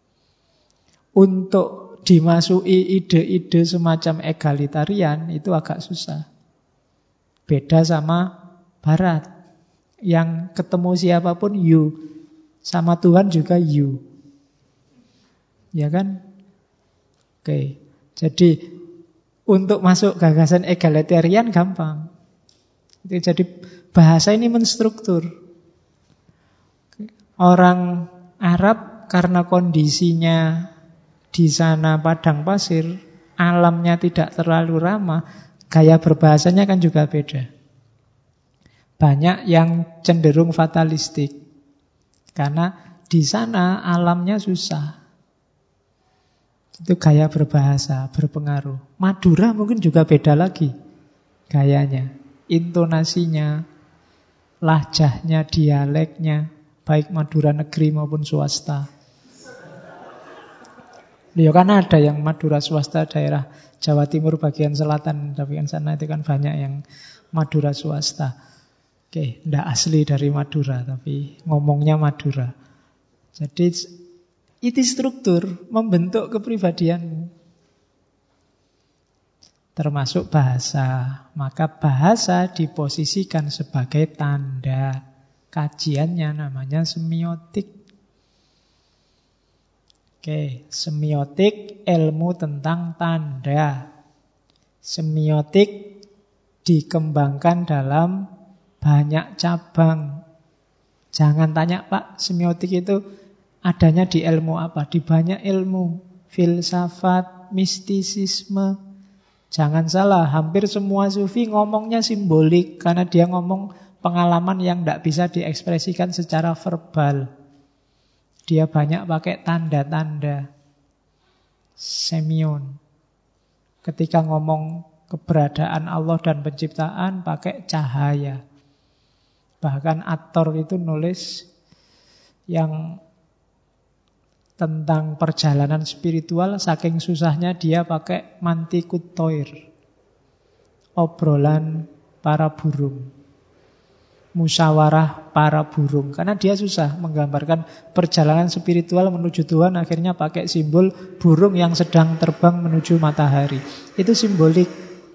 Untuk dimasuki ide-ide semacam egalitarian itu agak susah. Beda sama Barat. Yang ketemu siapapun you. Sama Tuhan juga you. Ya kan? Oke. Jadi untuk masuk gagasan egalitarian gampang. Jadi bahasa ini menstruktur. Orang Arab karena kondisinya di sana padang pasir, alamnya tidak terlalu ramah, gaya berbahasanya kan juga beda. Banyak yang cenderung fatalistik. Karena di sana alamnya susah. Itu gaya berbahasa, berpengaruh. Madura mungkin juga beda lagi gayanya, intonasinya, lahjahnya, dialeknya, baik Madura negeri maupun swasta. Ya kan ada yang Madura swasta daerah Jawa Timur bagian selatan, tapi kan sana itu kan banyak yang Madura swasta. Oke, ndak asli dari Madura, tapi ngomongnya Madura. Jadi itu struktur membentuk kepribadianmu. Termasuk bahasa. Maka bahasa diposisikan sebagai tanda. Kajiannya namanya semiotik. Oke, semiotik ilmu tentang tanda. Semiotik dikembangkan dalam banyak cabang. Jangan tanya, Pak, semiotik itu adanya di ilmu apa? Di banyak ilmu. Filsafat, mistisisme. Jangan salah, hampir semua sufi ngomongnya simbolik. Karena dia ngomong pengalaman yang tidak bisa diekspresikan secara verbal. Dia banyak pakai tanda-tanda. Semion. Ketika ngomong keberadaan Allah dan penciptaan pakai cahaya. Bahkan At-Tor itu nulis yang tentang perjalanan spiritual, saking susahnya dia pakai mantikut toir. Obrolan para burung. Musyawarah para burung. Karena dia susah menggambarkan perjalanan spiritual menuju Tuhan, akhirnya pakai simbol burung yang sedang terbang menuju matahari. Itu simbolik.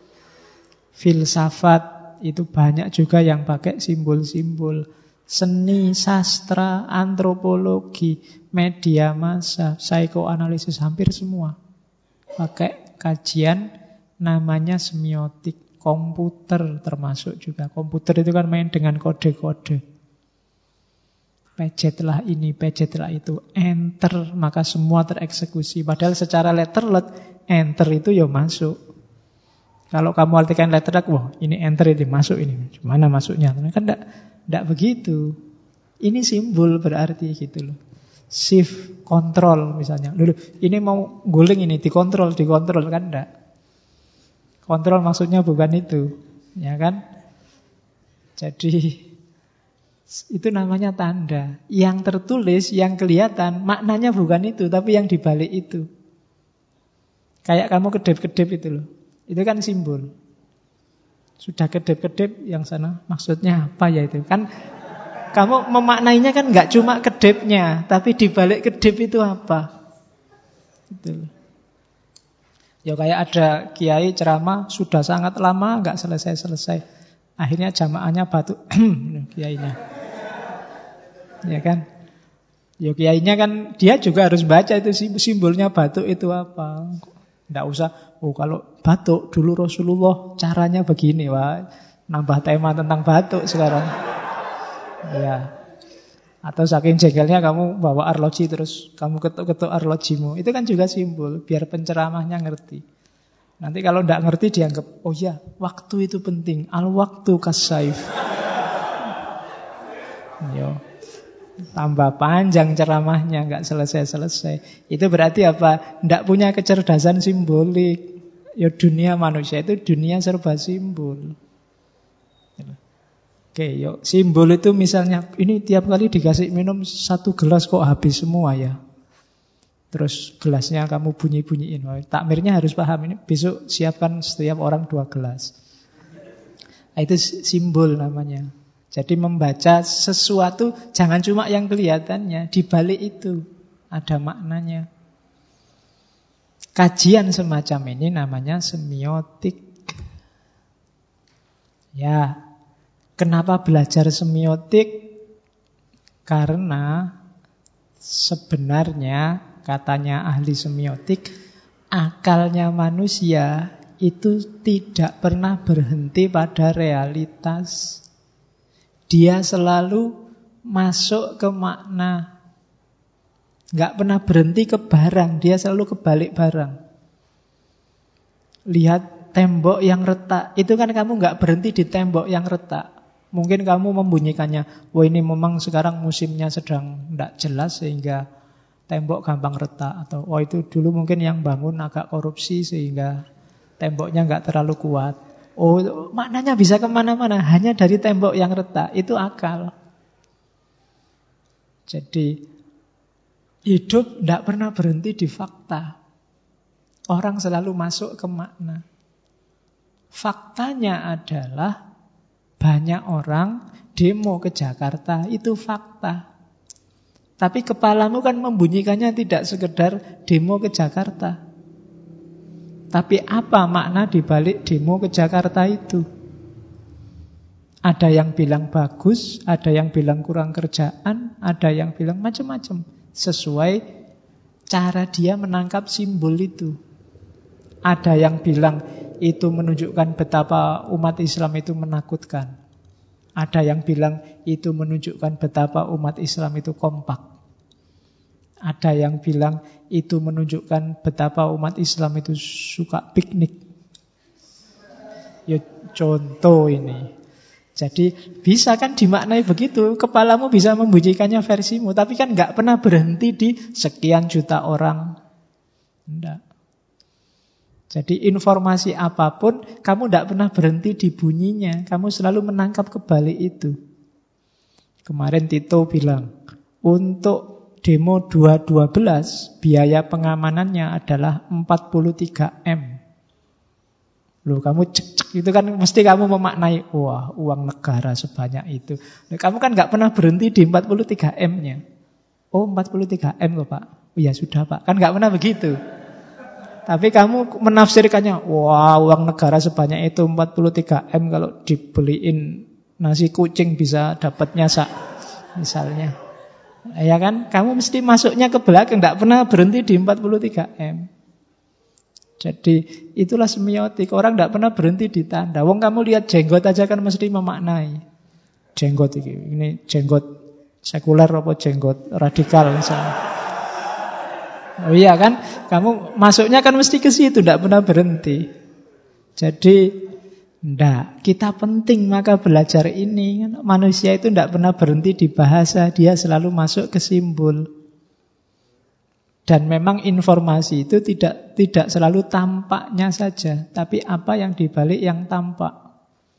Filsafat itu banyak juga yang pakai simbol-simbol. Seni, sastra, antropologi, media massa, psikoanalisis, hampir semua pakai kajian namanya semiotik. Komputer termasuk juga. Komputer itu kan main dengan kode-kode. Pejetlah ini, pejetlah itu. Enter, maka semua tereksekusi. Padahal secara letterlet, enter itu ya masuk. Kalau kamu artikan letterlet, wah ini enter itu masuk ini. Gimana masuknya? Kan enggak, enggak begitu. Ini simbol berarti gitu loh. Shift, control misalnya. Dulu, ini mau guling ini, dikontrol, dikontrol kan enggak. Kontrol maksudnya bukan itu, ya kan? Jadi itu namanya tanda. Yang tertulis, yang kelihatan, maknanya bukan itu, tapi yang dibalik itu. Kayak kamu kedip-kedip itu loh. Itu kan simbol. Sudah kedip-kedip, yang sana maksudnya apa ya itu? Kan kamu memaknainya kan nggak cuma kedipnya, tapi dibalik kedip itu apa? Gitu loh. Ya kayak ada kiai ceramah sudah sangat lama nggak selesai-selesai. Akhirnya jamaahnya batuk kiainya. Ya kan? Ya kiainya kan dia juga harus baca itu simbolnya batuk itu apa. Nggak usah, oh kalau batuk dulu Rasulullah caranya begini, wah nambah tema tentang batuk sekarang. Ya. Atau saking jengkelnya kamu bawa arloji terus kamu ketuk-ketuk arlojimu. Itu kan juga simbol, biar penceramahnya ngerti. Nanti kalau tidak ngerti dianggap, oh ya, waktu itu penting. Al-waktu kasaif. Yo. Tambah panjang ceramahnya, nggak selesai-selesai. Itu berarti apa? Tidak punya kecerdasan simbolik. Ya dunia manusia itu dunia serba simbol. Oke, yuk. Simbol itu misalnya, ini tiap kali dikasih minum satu gelas kok habis semua ya. Terus gelasnya kamu bunyi-bunyiin. Takmirnya harus paham ini. Besok siapkan setiap orang dua gelas. Nah, itu simbol namanya. Jadi membaca sesuatu jangan cuma yang kelihatannya. Di balik itu ada maknanya. Kajian semacam ini namanya semiotik. Ya. Kenapa belajar semiotik? Karena sebenarnya katanya ahli semiotik, akalnya manusia itu tidak pernah berhenti pada realitas. Dia selalu masuk ke makna. Nggak pernah berhenti ke barang, dia selalu kebalik barang. Lihat tembok yang retak, itu kan kamu nggak berhenti di tembok yang retak. Mungkin kamu membunyikannya, wah ini memang sekarang musimnya sedang tidak jelas sehingga tembok gampang retak. Atau wah itu dulu mungkin yang bangun agak korupsi sehingga temboknya nggak terlalu kuat. Oh maknanya bisa kemana-mana, hanya dari tembok yang retak, itu akal. Jadi hidup tidak pernah berhenti di fakta. Orang selalu masuk ke makna. Faktanya adalah banyak orang demo ke Jakarta, itu fakta. Tapi kepalamu kan membunyikannya tidak sekedar demo ke Jakarta. Tapi apa makna dibalik demo ke Jakarta itu? Ada yang bilang bagus, ada yang bilang kurang kerjaan, ada yang bilang macam-macam. Sesuai cara dia menangkap simbol itu. Ada yang bilang itu menunjukkan betapa umat Islam itu menakutkan. Ada yang bilang itu menunjukkan betapa umat Islam itu kompak. Ada yang bilang itu menunjukkan betapa umat Islam itu suka piknik. Ya contoh ini. Jadi bisa kan dimaknai begitu. Kepalamu bisa membunyikannya versimu, tapi kan nggak pernah berhenti di sekian juta orang. Enggak. Jadi informasi apapun, kamu tidak pernah berhenti di bunyinya. Kamu selalu menangkap kebalik itu. Kemarin Tito bilang, untuk demo dua ribu dua belas, biaya pengamanannya adalah empat puluh tiga M. Loh, kamu cek-cek itu kan mesti kamu memaknai, wah uang negara sebanyak itu. Loh, kamu kan nggak pernah berhenti di empat puluh tiga M-nya. Oh empat puluh tiga M loh Pak. Oh ya sudah Pak, kan nggak pernah begitu. Tapi kamu menafsirkannya, wah uang negara sebanyak itu empat puluh tiga M, kalau dibeliin nasi kucing bisa dapatnya sak, misalnya. Ya kan, kamu mesti masuknya ke belakang, tidak pernah berhenti di empat puluh tiga M. Jadi itulah semiotik, orang tidak pernah berhenti di tanda. Wong kamu lihat jenggot aja kan mesti memaknai. Jenggot ini, ini jenggot sekuler apa jenggot radikal misalnya. Oh iya kan, kamu masuknya kan mesti ke situ, tidak pernah berhenti. Jadi, enggak, kita penting maka belajar ini. Manusia itu tidak pernah berhenti di bahasa, dia selalu masuk ke simbol. Dan memang informasi itu tidak tidak selalu tampaknya saja, tapi apa yang dibalik yang tampak.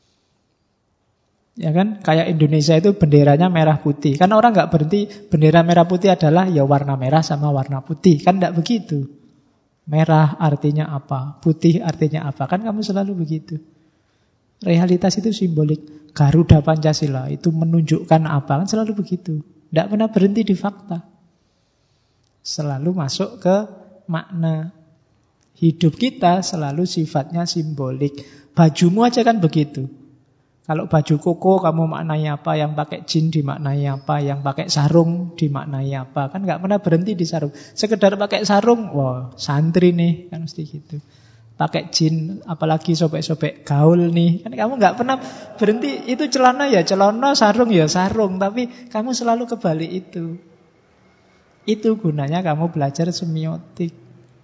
Ya kan, kayak Indonesia itu benderanya merah putih. Kan orang nggak berhenti bendera merah putih adalah ya warna merah sama warna putih. Kan nggak begitu. Merah artinya apa, putih artinya apa. Kan kamu selalu begitu. Realitas itu simbolik. Garuda Pancasila itu menunjukkan apa. Kan selalu begitu. Nggak pernah berhenti di fakta. Selalu masuk ke makna. Hidup kita selalu sifatnya simbolik. Bajumu aja kan begitu. Kalau baju koko kamu maknai apa, yang pakai jin dimaknai apa, yang pakai sarung dimaknai apa. Kan nggak pernah berhenti di sarung. Sekedar pakai sarung, wah santri nih, kan mesti gitu. Pakai jin, apalagi sobek-sobek gaul nih. Kan kamu nggak pernah berhenti, itu celana ya celana, sarung ya sarung. Tapi kamu selalu kebalik itu. Itu gunanya kamu belajar semiotik.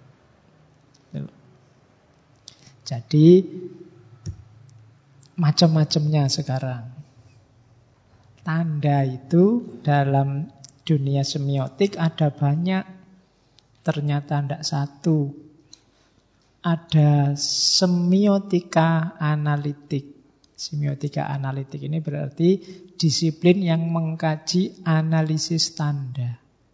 Jadi macam-macamnya sekarang. Tanda itu dalam dunia semiotik ada banyak. Ternyata tidak satu. Ada semiotika analitik. Semiotika analitik ini berarti disiplin yang mengkaji analisis tanda.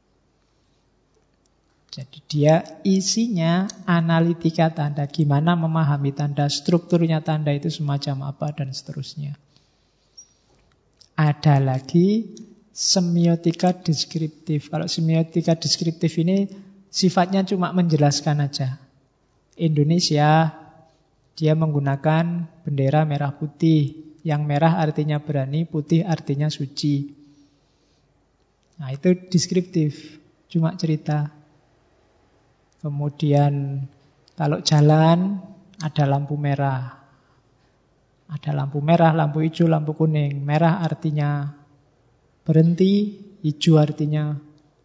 Jadi dia isinya analitika tanda. Gimana memahami tanda, strukturnya tanda itu semacam apa, dan seterusnya. Ada lagi semiotika deskriptif. Kalau semiotika deskriptif ini sifatnya cuma menjelaskan aja. Indonesia, dia menggunakan bendera merah putih. Yang merah artinya berani, putih artinya suci. Nah itu deskriptif, cuma cerita. Kemudian kalau jalan ada lampu merah. Ada lampu merah, lampu hijau, lampu kuning. Merah artinya berhenti, hijau artinya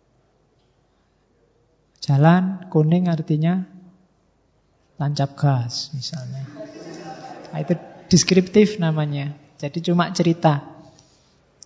jalan, kuning artinya tancap gas misalnya. Nah, itu deskriptif namanya. Jadi cuma cerita.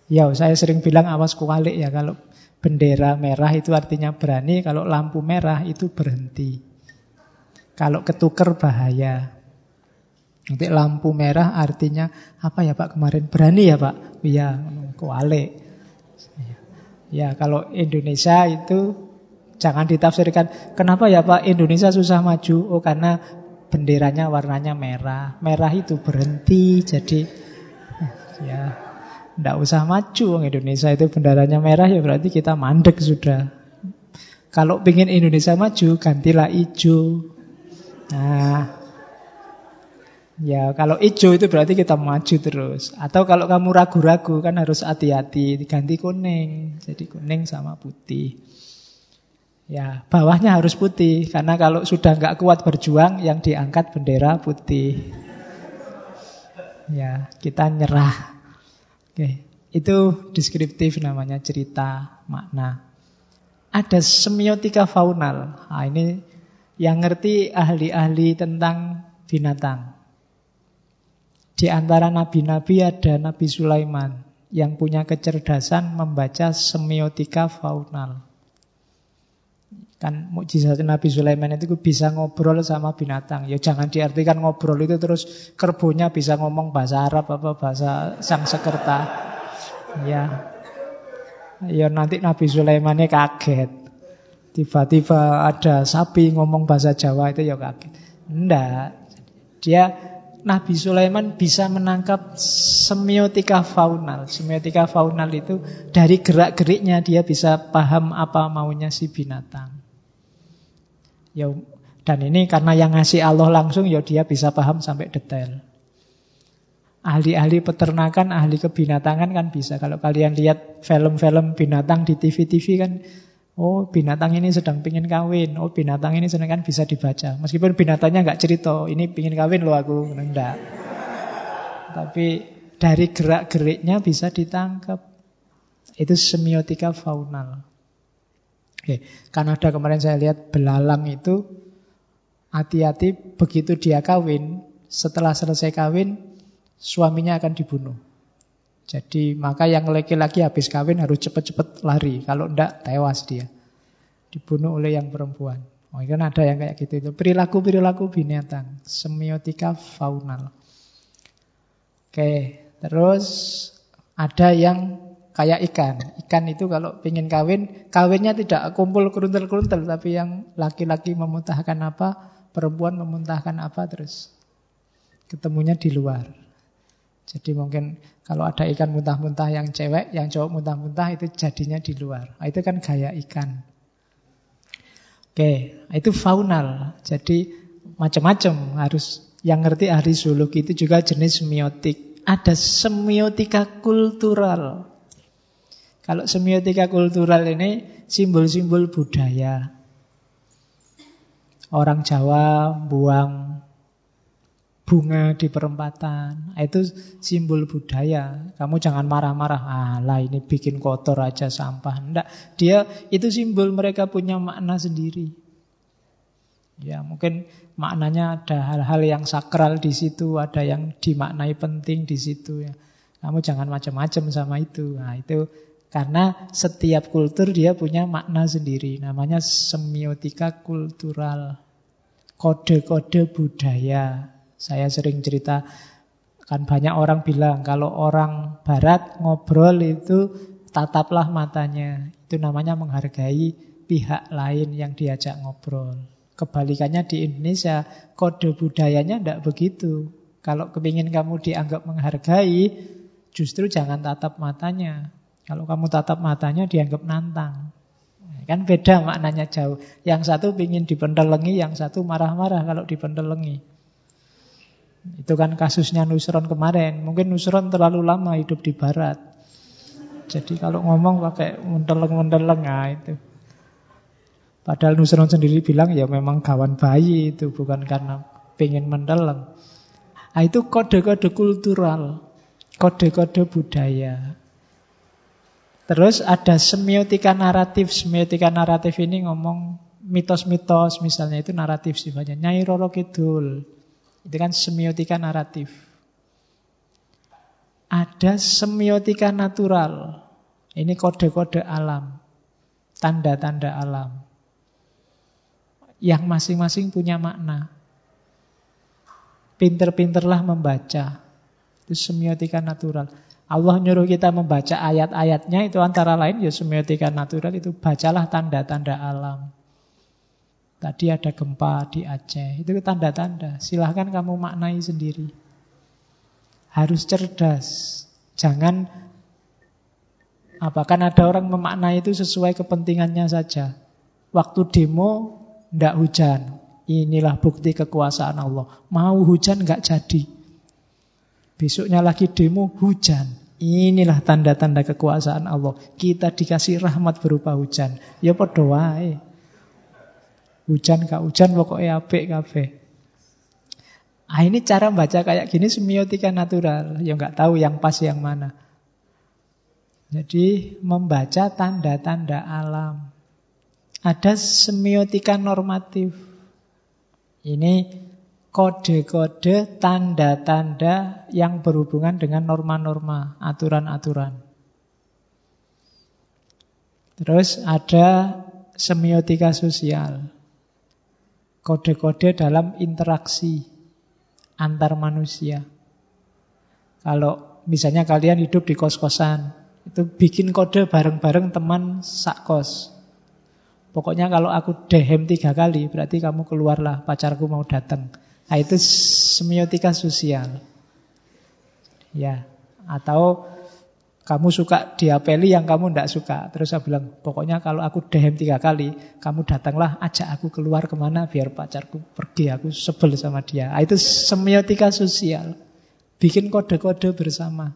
Ya, saya sering bilang awas kualik ya. Kalau bendera merah itu artinya berani, kalau lampu merah itu berhenti. Kalau ketuker bahaya. Nanti lampu merah artinya apa ya Pak kemarin? Berani ya Pak? Iya, kualik. Ya, kalau Indonesia itu jangan ditafsirkan, kenapa ya Pak Indonesia susah maju? Oh, karena benderanya warnanya merah. Merah itu berhenti, jadi ya tidak usah maju. Indonesia itu benderanya merah, ya berarti kita mandek sudah. Kalau ingin Indonesia maju, gantilah hijau. Nah, ya kalau hijau itu berarti kita maju terus. Atau kalau kamu ragu-ragu kan harus hati-hati, diganti kuning. Jadi kuning sama putih. Ya, bawahnya harus putih. Karena kalau sudah nggak kuat berjuang, yang diangkat bendera putih. Ya, kita nyerah. Oke, itu deskriptif namanya, cerita, makna. Ada semiotika faunal. Nah, ini yang ngerti ahli-ahli tentang binatang. Di antara nabi-nabi ada Nabi Sulaiman yang punya kecerdasan membaca semiotika faunal. Kan mukjizat Nabi Sulaiman itu bisa ngobrol sama binatang. Ya jangan diartikan ngobrol itu terus kerbonya bisa ngomong bahasa Arab apa bahasa Sanskerta. Ya. Ya nanti Nabi Sulaimannya kaget. Tiba-tiba ada sapi ngomong bahasa Jawa itu ya kaget. Enggak. Dia Nabi Sulaiman bisa menangkap semiotika faunal. Semiotika faunal itu dari gerak-geriknya dia bisa paham apa maunya si binatang. Ya, dan ini karena yang ngasih Allah langsung, ya dia bisa paham sampai detail. Ahli-ahli peternakan, ahli kebinatangan kan bisa. Kalau kalian lihat film-film binatang di T V-T V kan, oh binatang ini sedang pingin kawin, oh binatang ini sedang kan bisa dibaca. Meskipun binatangnya nggak cerita, ini pingin kawin loh aku, enggak. Tapi dari gerak-geriknya bisa ditangkap. Itu semiotika faunal. Oke, Kanada kemarin saya lihat belalang itu hati-hati begitu dia kawin, setelah selesai kawin suaminya akan dibunuh. Jadi maka yang laki-laki habis kawin harus cepat-cepat lari, kalau enggak tewas dia. Dibunuh oleh yang perempuan. Oh, kan ada yang kayak gitu itu. Perilaku-perilaku binatang, semiotika faunal. Oke, terus ada yang kayak ikan. Ikan itu kalau ingin kawin, kawinnya tidak kumpul keruntel-keruntel, tapi yang laki-laki memuntahkan apa, perempuan memuntahkan apa, terus ketemunya di luar. Jadi mungkin kalau ada ikan muntah-muntah yang cewek, yang cowok muntah-muntah itu jadinya di luar. Nah, itu kan gaya ikan. Oke, itu faunal. Jadi macam-macam harus. Yang ngerti ahli zoologi itu juga jenis semiotik. Ada semiotika kultural. Kalau semiotika kultural ini simbol-simbol budaya. Orang Jawa buang bunga di perempatan, itu simbol budaya. Kamu jangan marah-marah, alah ini bikin kotor aja sampah. Enggak, dia itu simbol, mereka punya makna sendiri. Ya mungkin maknanya ada hal-hal yang sakral di situ, ada yang dimaknai penting di situ ya. Kamu jangan macam-macam sama itu. Nah, itu karena setiap kultur dia punya makna sendiri. Namanya semiotika kultural. Kode-kode budaya. Saya sering cerita, kan banyak orang bilang kalau orang barat ngobrol itu tataplah matanya. Itu namanya menghargai pihak lain yang diajak ngobrol. Kebalikannya di Indonesia, kode budayanya tidak begitu. Kalau kepingin kamu dianggap menghargai, justru jangan tatap matanya. Kalau kamu tatap matanya dianggap nantang. Kan beda maknanya jauh. Yang satu ingin dipendelengi, yang satu marah-marah kalau dipendelengi. Itu kan kasusnya Nusron kemarin. Mungkin Nusron terlalu lama hidup di barat. Jadi kalau ngomong pakai mendeleng-mendeleng, nah itu. Padahal Nusron sendiri bilang ya memang kawan bayi itu, bukan karena pengen mendeleng. Nah, itu kode-kode kultural, kode-kode budaya. Terus ada semiotika naratif. Semiotika naratif ini ngomong mitos-mitos, misalnya itu naratif sifatnya. Nyai Roro Kidul, itu kan semiotika naratif. Ada semiotika natural. Ini kode-kode alam, tanda-tanda alam, yang masing-masing punya makna. Pinter-pinterlah membaca. Itu semiotika natural. Allah nyuruh kita membaca ayat-ayatnya, itu antara lain ya semiotika natural, itu bacalah tanda-tanda alam. Tadi ada gempa di Aceh, itu tanda-tanda. Silahkan kamu maknai sendiri. Harus cerdas. Jangan, apa kan ada orang memaknai itu sesuai kepentingannya saja. Waktu demo ndak hujan, inilah bukti kekuasaan Allah. Mau hujan nggak jadi. Besoknya lagi demo, hujan. Inilah tanda-tanda kekuasaan Allah. Kita dikasih rahmat berupa hujan. Ya padha wae. Hujan gak hujan pokoknya apik kabeh. Ah, ini cara baca kayak gini semiotika natural. Ya nggak tahu yang pas yang mana. Jadi membaca tanda-tanda alam. Ada semiotika normatif. Ini kode-kode, tanda-tanda yang berhubungan dengan norma-norma, aturan-aturan. Terus ada semiotika sosial. Kode-kode dalam interaksi antar manusia. Kalau misalnya kalian hidup di kos-kosan, itu bikin kode bareng-bareng teman sak-kos. Pokoknya kalau aku dehem tiga kali, berarti kamu keluarlah, pacarku mau datang. Nah, itu semiotika sosial. Ya, atau kamu suka diapeli yang kamu tidak suka. Terus saya bilang, pokoknya kalau aku dehem tiga kali, kamu datanglah, ajak aku keluar kemana biar pacarku pergi, aku sebel sama dia. Nah, itu semiotika sosial. Bikin kode-kode bersama.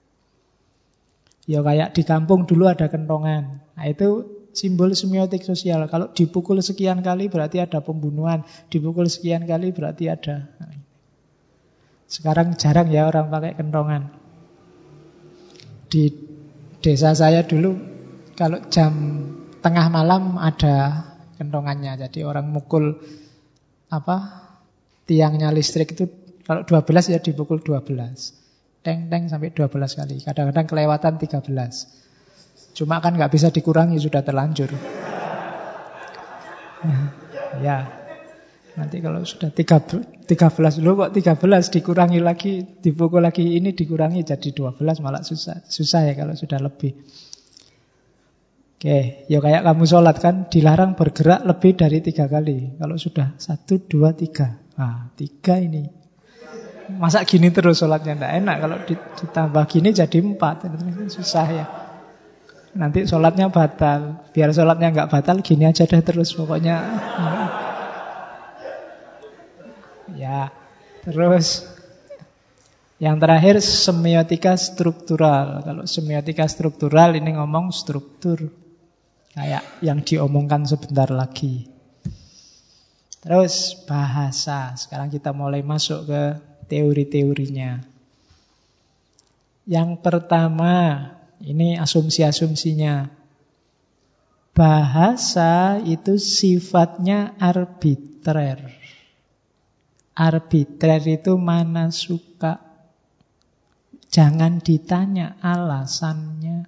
Ya kayak di kampung dulu ada kentongan. Nah, itu simbol semiotik sosial. Kalau dipukul sekian kali berarti ada pembunuhan. Dipukul sekian kali berarti ada. Sekarang jarang ya orang pakai kentongan. Di desa saya dulu kalau jam tengah malam ada kentongannya. Jadi orang mukul apa tiangnya listrik itu kalau dua belas ya dipukul dua belas. Teng-teng sampai dua belas kali. Kadang-kadang kelewatan tiga belas. Cuma kan nggak bisa dikurangi, sudah terlanjur. Ya, nanti kalau sudah tiga belas dulu kok tiga belas dikurangi lagi, dipukul lagi ini dikurangi jadi dua belas malah susah. Susah ya kalau sudah lebih. Oke, ya kayak kamu sholat kan dilarang bergerak lebih dari tiga kali. Kalau sudah satu, dua, tiga. Nah, tiga ini. Masa gini terus sholatnya nggak enak. Kalau ditambah gini jadi empat. Susah ya. Nanti sholatnya batal. Biar sholatnya nggak batal, gini aja deh terus pokoknya. Ya, terus yang terakhir semiotika struktural. Kalau semiotika struktural ini ngomong struktur, kayak yang diomongkan sebentar lagi. Terus bahasa. Sekarang kita mulai masuk ke teori-teorinya. Yang pertama, ini asumsi-asumsinya. Bahasa itu sifatnya arbitrer. Arbitrer itu mana suka. Jangan ditanya alasannya.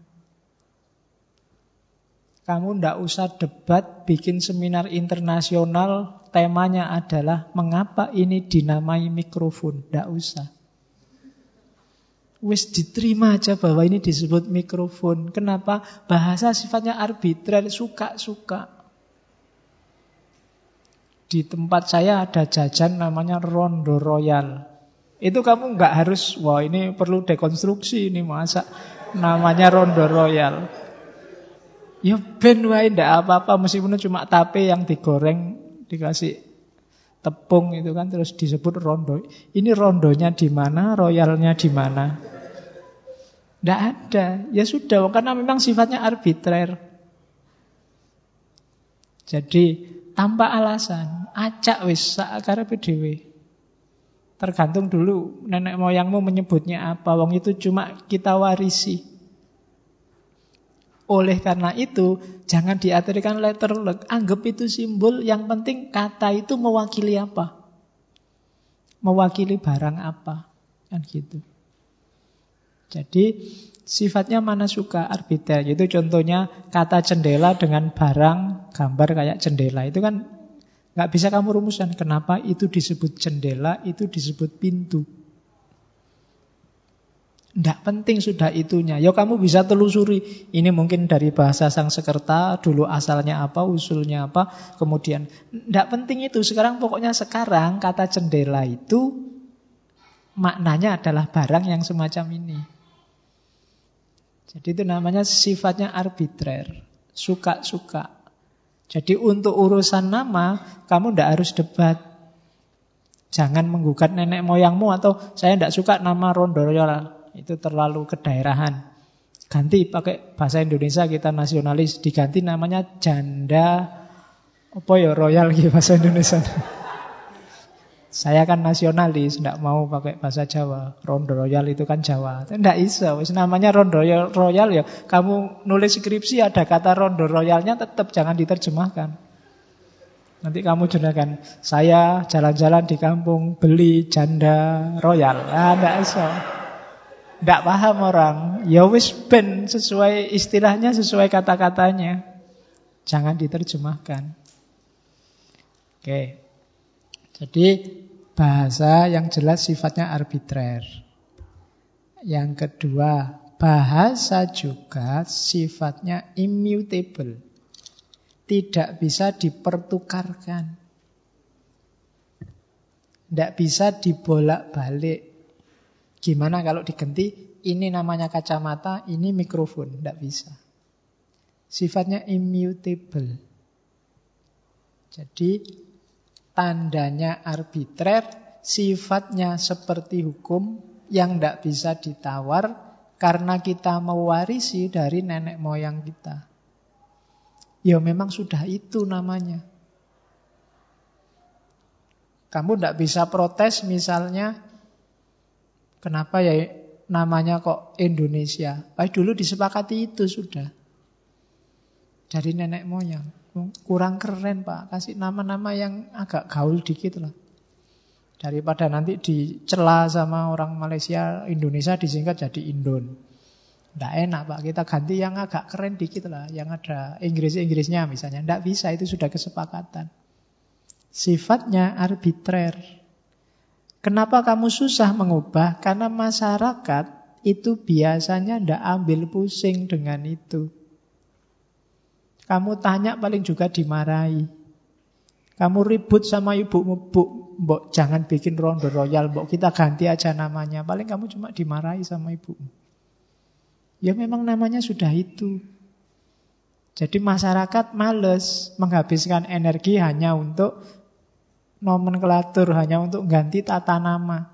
Kamu ndak usah debat, bikin seminar internasional, temanya adalah mengapa ini dinamai mikrofon. Ndak usah. Wis diterima aja bahwa ini disebut mikrofon. Kenapa? Bahasa sifatnya arbitrer, suka-suka. Di tempat saya ada jajan namanya Rondo Royal. Itu kamu nggak harus, wah ini perlu dekonstruksi ini masa namanya Rondo Royal. Ya ben wae ndak apa-apa, meskipun cuma tape yang digoreng dikasih tepung itu kan terus disebut rondo. Ini rondonya di mana, royalnya di mana? Tidak ada. Ya sudah, karena memang sifatnya arbitrer. Jadi tanpa alasan, acak wis sakarepe dhewe. Tergantung dulu nenek moyangmu menyebutnya apa. Wong itu cuma kita warisi. Oleh karena itu, jangan diartikan letter luck. Anggap itu simbol, yang penting kata itu mewakili apa? Mewakili barang apa? Kan gitu. Jadi sifatnya mana suka arbiter. Itu contohnya kata jendela dengan barang gambar kayak jendela. Itu kan nggak bisa kamu rumuskan. Kenapa itu disebut jendela, itu disebut pintu. Nggak penting sudah itunya. Ya kamu bisa telusuri. Ini mungkin dari bahasa Sanskerta, dulu asalnya apa, usulnya apa. Kemudian, nggak penting itu. Sekarang pokoknya sekarang kata jendela itu maknanya adalah barang yang semacam ini. Jadi itu namanya sifatnya arbitrer. Suka-suka. Jadi untuk urusan nama, kamu nggak harus debat. Jangan menggugat nenek moyangmu atau saya nggak suka nama Rondo Royal. Itu terlalu kedaerahan. Ganti pakai bahasa Indonesia, kita nasionalis, diganti namanya janda apa ya royal gitu bahasa Indonesia. Saya kan nasionalis, tidak mau pakai bahasa Jawa. Rondo Royal itu kan Jawa. Tidak bisa, wis namanya Rondo Royal ya. Kamu nulis skripsi ada kata Rondo Royalnya tetap jangan diterjemahkan. Nanti kamu jadikan saya jalan-jalan di kampung beli janda royal. Ah, tidak bisa. Tidak paham orang. Ya wis ben sesuai istilahnya, sesuai kata-katanya. Jangan diterjemahkan. Oke. Jadi bahasa yang jelas sifatnya arbitrer. Yang kedua, bahasa juga sifatnya immutable. Tidak bisa dipertukarkan. Tidak bisa dibolak-balik. Gimana kalau diganti, ini namanya kacamata, ini mikrofon. Tidak bisa. Sifatnya immutable. Jadi tandanya arbitrer, sifatnya seperti hukum yang tidak bisa ditawar karena kita mewarisi dari nenek moyang kita. Ya memang sudah itu namanya. Kamu tidak bisa protes misalnya, kenapa ya namanya kok Indonesia? Baik dulu disepakati itu sudah. Dari nenek moyang. Kurang keren Pak, kasih nama-nama yang agak gaul dikit lah. Daripada nanti dicela sama orang Malaysia, Indonesia disingkat jadi Indon. Tidak enak Pak, kita ganti yang agak keren dikit lah. Yang ada Inggris-Inggrisnya misalnya. Tidak bisa, itu sudah kesepakatan. Sifatnya arbitrer. Kenapa kamu susah mengubah? Karena masyarakat itu biasanya tidak ambil pusing dengan itu. Kamu tanya paling juga dimarahi. Kamu ribut sama ibumu, Bu, mbok jangan bikin Rondo Royal, mbok kita ganti aja namanya. Paling kamu cuma dimarahi sama ibumu. Ya memang namanya sudah itu. Jadi masyarakat males menghabiskan energi hanya untuk nomenklatur, hanya untuk ganti tata nama.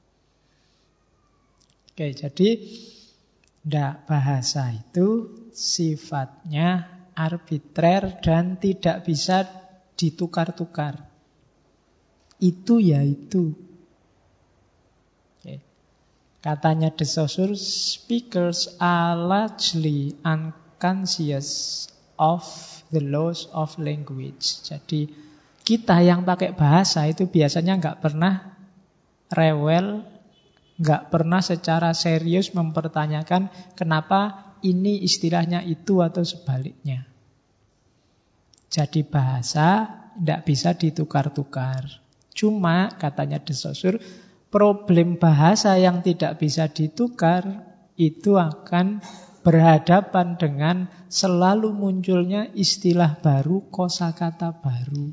Oke, jadi ndak bahasa itu sifatnya arbitrer dan tidak bisa ditukar-tukar. Itu ya itu. Okay. Katanya De Saussure, speakers are largely unconscious of the laws of language. Jadi kita yang pakai bahasa itu biasanya nggak pernah rewel, nggak pernah secara serius mempertanyakan kenapa ini istilahnya itu atau sebaliknya. Jadi bahasa tidak bisa ditukar-tukar. Cuma katanya De Saussure, problem bahasa yang tidak bisa ditukar itu akan berhadapan dengan selalu munculnya istilah baru, kosakata baru.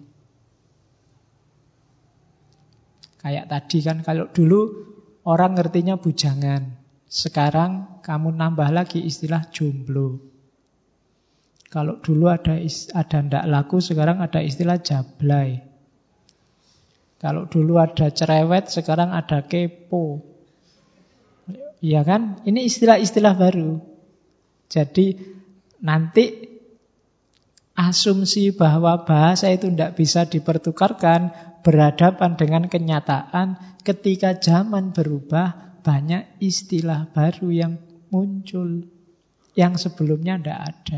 Kayak tadi kan, kalau dulu orang ngertinya bujangan. Sekarang kamu nambah lagi istilah jomblo. Kalau dulu ada ada ndak laku, sekarang ada istilah jablay. Kalau dulu ada cerewet, sekarang ada kepo. Iya kan? Ini istilah-istilah baru. Jadi nanti asumsi bahwa bahasa itu ndak bisa dipertukarkan berhadapan dengan kenyataan ketika zaman berubah. Banyak istilah baru yang muncul yang sebelumnya tidak ada.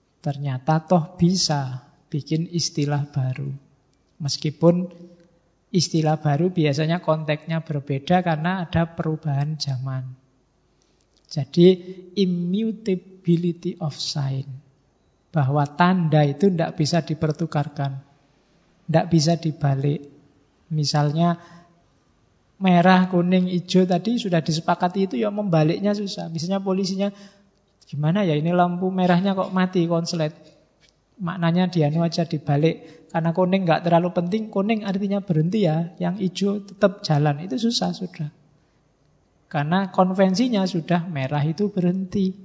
Ternyata toh bisa bikin istilah baru. Meskipun Istilah baru biasanya konteksnya berbeda karena ada perubahan zaman. Jadi immutability of sign. Bahwa tanda itu tidak bisa dipertukarkan. Tidak bisa dibalik. Misalnya merah, kuning, hijau tadi sudah disepakati itu ya membaliknya susah. Misalnya polisinya, gimana ya ini lampu merahnya kok mati konslet. Maknanya dianu aja dibalik. Karena kuning nggak terlalu penting, kuning artinya berhenti ya. Yang hijau tetap jalan, itu susah sudah. Karena konvensinya sudah merah itu berhenti.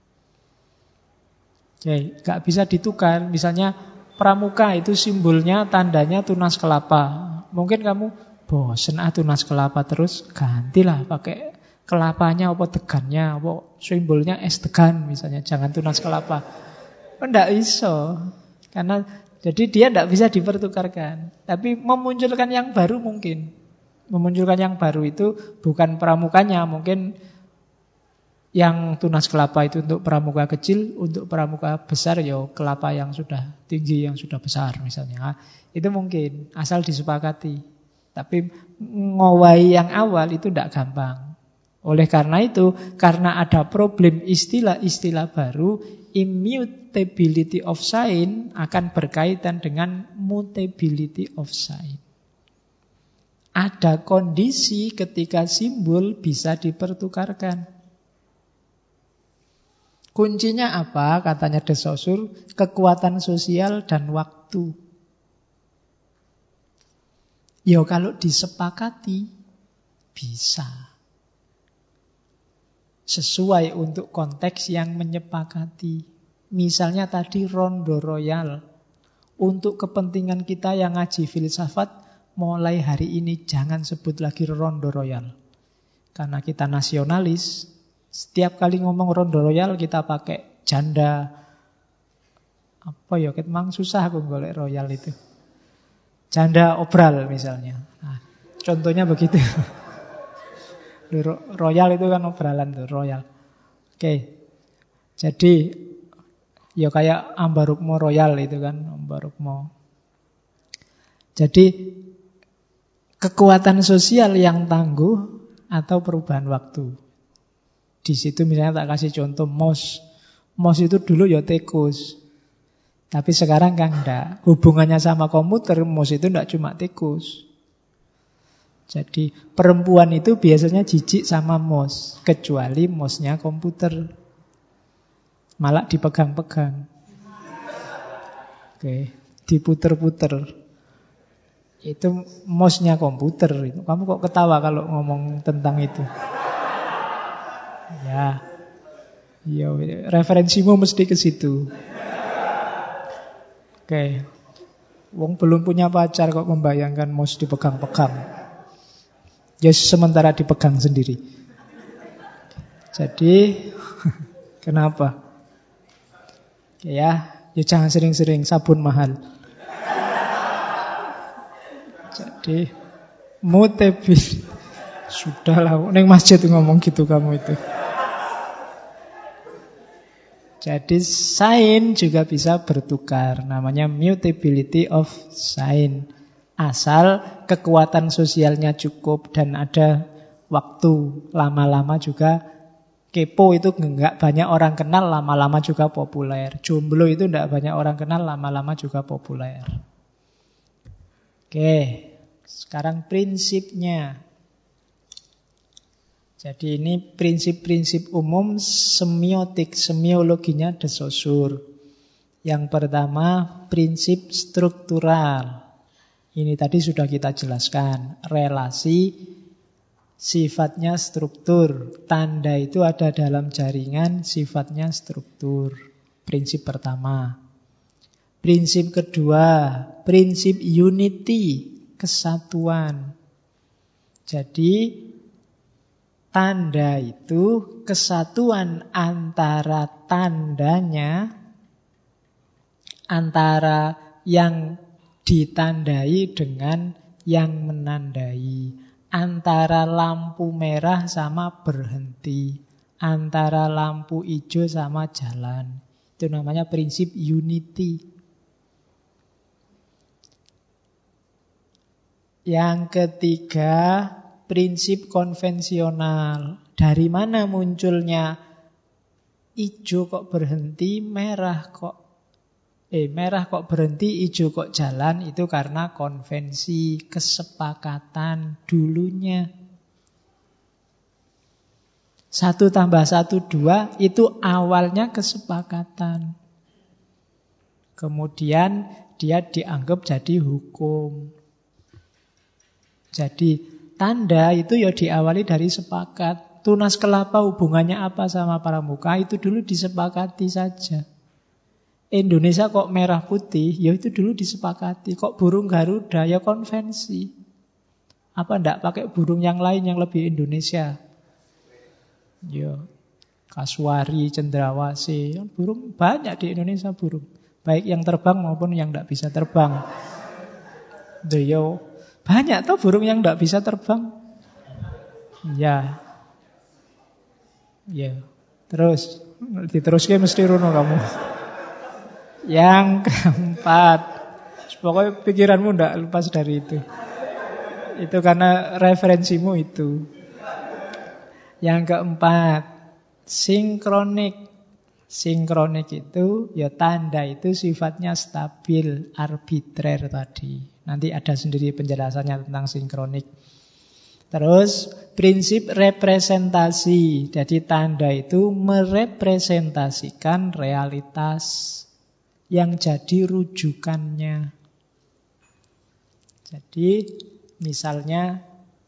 Oke, nggak bisa ditukar. Misalnya pramuka itu simbolnya, tandanya tunas kelapa. Mungkin kamu bosen ah tunas kelapa terus, gantilah pakai kelapanya apa tegannya, apa simbolnya es tegan misalnya, jangan tunas kelapa. Enggak iso. Karena jadi dia enggak bisa dipertukarkan. Tapi memunculkan yang baru mungkin. Memunculkan yang baru itu bukan pramukanya, mungkin yang tunas kelapa itu untuk pramuka kecil, untuk pramuka besar ya kelapa yang sudah tinggi, yang sudah besar misalnya. Itu mungkin, asal disepakati. Tapi ngowai yang awal itu tidak gampang. Oleh karena itu, karena ada problem istilah-istilah baru, immutability of sign akan berkaitan dengan mutability of sign. Ada kondisi ketika simbol bisa dipertukarkan. Kuncinya apa? Katanya De Saussure, kekuatan sosial dan waktu. Ya kalau disepakati, bisa. Sesuai untuk konteks yang menyepakati. Misalnya tadi rondo royal. Untuk kepentingan kita yang ngaji filsafat, mulai hari ini jangan sebut lagi rondo royal. Karena kita nasionalis, setiap kali ngomong rondo royal kita pakai janda. Apa ya, memang susah aku golek royal itu. Janda obral misalnya. Nah, contohnya begitu. Royal itu kan obralan tuh, royal. Oke. Jadi ya kayak Ambarukmo royal itu kan, Ambarukmo. Jadi kekuatan sosial yang tangguh atau perubahan waktu. Di situ misalnya tak kasih contoh M O S. M O S itu dulu ya tikus. Tapi sekarang kan enggak. Hubungannya sama komputer, M O S itu enggak cuma tikus. Jadi perempuan itu biasanya jijik sama M O S. Kecuali M O S-nya komputer. Malah dipegang-pegang. Oke, diputer-puter. Itu M O S-nya komputer. Kamu kok ketawa kalau ngomong tentang itu? Ya, ya referensimu mesti ke situ. Oke, wong belum punya pacar kok membayangkan M O S dipegang-pegang. Ya sementara dipegang sendiri. Jadi kenapa? Ya, ya jangan sering-sering, sabun mahal. Jadi mutabil. Sudahlah, neng masjid ngomong gitu kamu itu. Jadi sign juga bisa bertukar. Namanya mutability of sign. Asal kekuatan sosialnya cukup dan ada waktu. Lama-lama juga kepo itu enggak banyak orang kenal, lama-lama juga populer. Jomblo itu enggak banyak orang kenal, lama-lama juga populer. Oke, sekarang prinsipnya. Jadi ini prinsip-prinsip umum semiotik, semiologinya De Saussure. Yang pertama, prinsip struktural. Ini tadi sudah kita jelaskan. Relasi sifatnya struktur. Tanda itu ada dalam jaringan, sifatnya struktur. Prinsip pertama. Prinsip kedua, prinsip unity, kesatuan. Jadi tanda itu kesatuan antara tandanya, antara yang ditandai dengan yang menandai, antara lampu merah sama berhenti, antara lampu hijau sama jalan. Itu namanya prinsip unity. Yang ketiga, prinsip konvensional. Dari mana munculnya hijau kok berhenti, merah kok eh merah kok berhenti, hijau kok jalan? Itu karena konvensi, kesepakatan dulunya. Satu tambah satu dua itu awalnya kesepakatan. Kemudian dia dianggap jadi hukum. Jadi tanda itu ya diawali dari sepakat. Tunas kelapa hubungannya apa sama pramuka, itu dulu disepakati saja. Indonesia kok merah putih, ya itu dulu disepakati. Kok burung Garuda, ya konvensi. Apa ndak pakai burung yang lain yang lebih Indonesia? Ya, kasuari, cendrawasih, burung banyak di Indonesia burung. Baik yang terbang maupun yang ndak bisa terbang. Yo, banyak tuh burung yang ndak bisa terbang. Ya. Ya. Terus diteruske mesti runo kamu. Yang keempat, pokoknya pikiranmu ndak lepas dari itu. Itu karena referensimu itu. Yang keempat, sinkronik. Sinkronik itu, ya tanda itu sifatnya stabil, arbitrer tadi. Nanti ada sendiri penjelasannya tentang sinkronik. Terus, prinsip representasi. Jadi tanda itu merepresentasikan realitas yang jadi rujukannya. Jadi, misalnya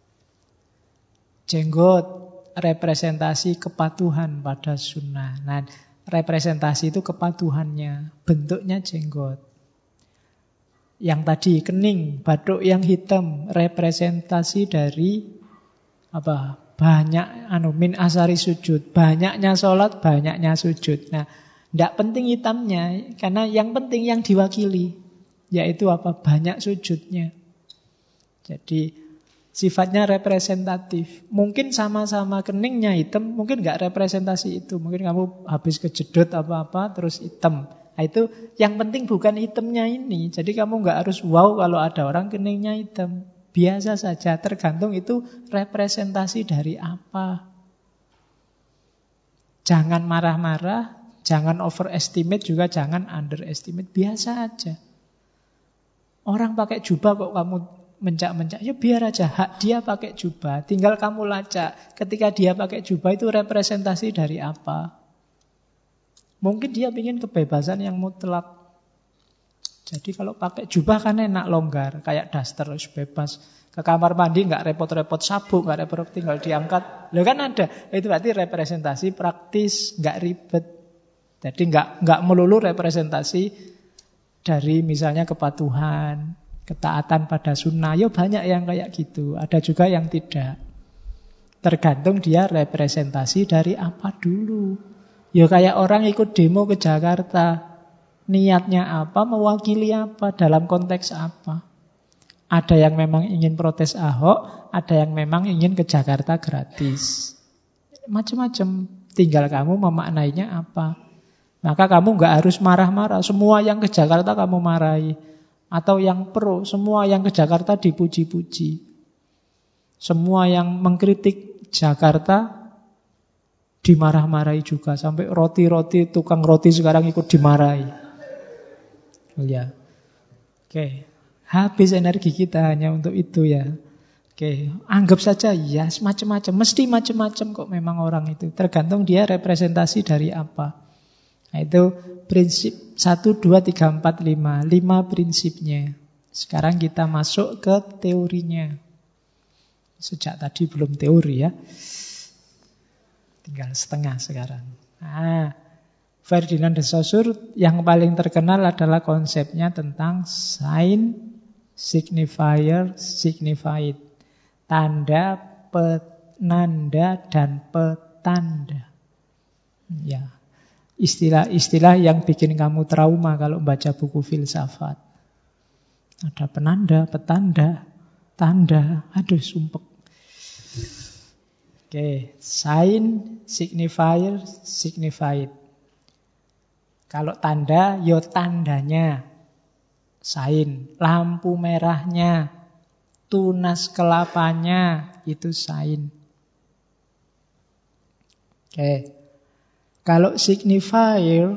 jenggot, representasi kepatuhan pada sunnah. Nah, representasi itu kepatuhannya, bentuknya jenggot. Yang tadi kening, bathuk yang hitam, representasi dari apa? Banyak anu min asari sujud, banyaknya sholat, banyaknya sujud. Nah, tidak penting hitamnya, karena yang penting yang diwakili, yaitu apa? Banyak sujudnya. Jadi sifatnya representatif. Mungkin sama-sama keningnya hitam, mungkin nggak representasi itu. Mungkin kamu habis kejedot apa-apa terus hitam. Nah, itu yang penting bukan hitamnya ini. Jadi kamu nggak harus wow kalau ada orang keningnya hitam. Biasa saja, tergantung itu representasi dari apa. Jangan marah-marah, jangan overestimate, juga jangan underestimate. Biasa aja. Orang pakai jubah kok kamu mencak-mencak, ya biar aja, hak dia pakai jubah. Tinggal kamu lacak, ketika dia pakai jubah itu representasi dari apa. Mungkin dia ingin kebebasan yang mutlak. Jadi kalau pakai jubah kan enak, longgar, kayak daster, bebas. Ke kamar mandi nggak repot-repot sabuk, nggak repot, tinggal diangkat. Loh kan ada, itu berarti representasi praktis, nggak ribet. Jadi nggak nggak melulu representasi dari misalnya kepatuhan, ketaatan pada sunnah. Ya banyak yang kayak gitu. Ada juga yang tidak. Tergantung dia representasi dari apa dulu. Ya kayak orang ikut demo ke Jakarta. Niatnya apa, mewakili apa, dalam konteks apa. Ada yang memang ingin protes Ahok, ada yang memang ingin ke Jakarta gratis. Macam-macam. Tinggal kamu memaknainya apa. Maka kamu nggak harus marah-marah. Semua yang ke Jakarta kamu marahi. Atau yang pro, semua yang ke Jakarta dipuji-puji. Semua yang mengkritik Jakarta dimarah-marahi juga. Sampai roti-roti, tukang roti sekarang ikut dimarahi. Ya. Oke. Habis energi kita hanya untuk itu ya. Oke. Anggap saja ya semacam-macam. Mesti macam-macam kok memang orang itu. Tergantung dia representasi dari apa. Nah itu prinsip satu, dua, tiga, empat, lima. Lima prinsipnya. Sekarang kita masuk ke teorinya. Sejak tadi belum teori ya. Tinggal setengah sekarang. Nah, Ferdinand de Saussure yang paling terkenal adalah konsepnya tentang sign, signifier, signified. Tanda, penanda, dan petanda. Ya. Istilah-istilah yang bikin kamu trauma kalau membaca buku filsafat. Ada penanda, petanda, tanda. Aduh, sumpek. Oke, sign, signifier, signified. Kalau tanda, yo tandanya. Sign, lampu merahnya. tunas kelapanya itu sain. Oke. Kalau signifier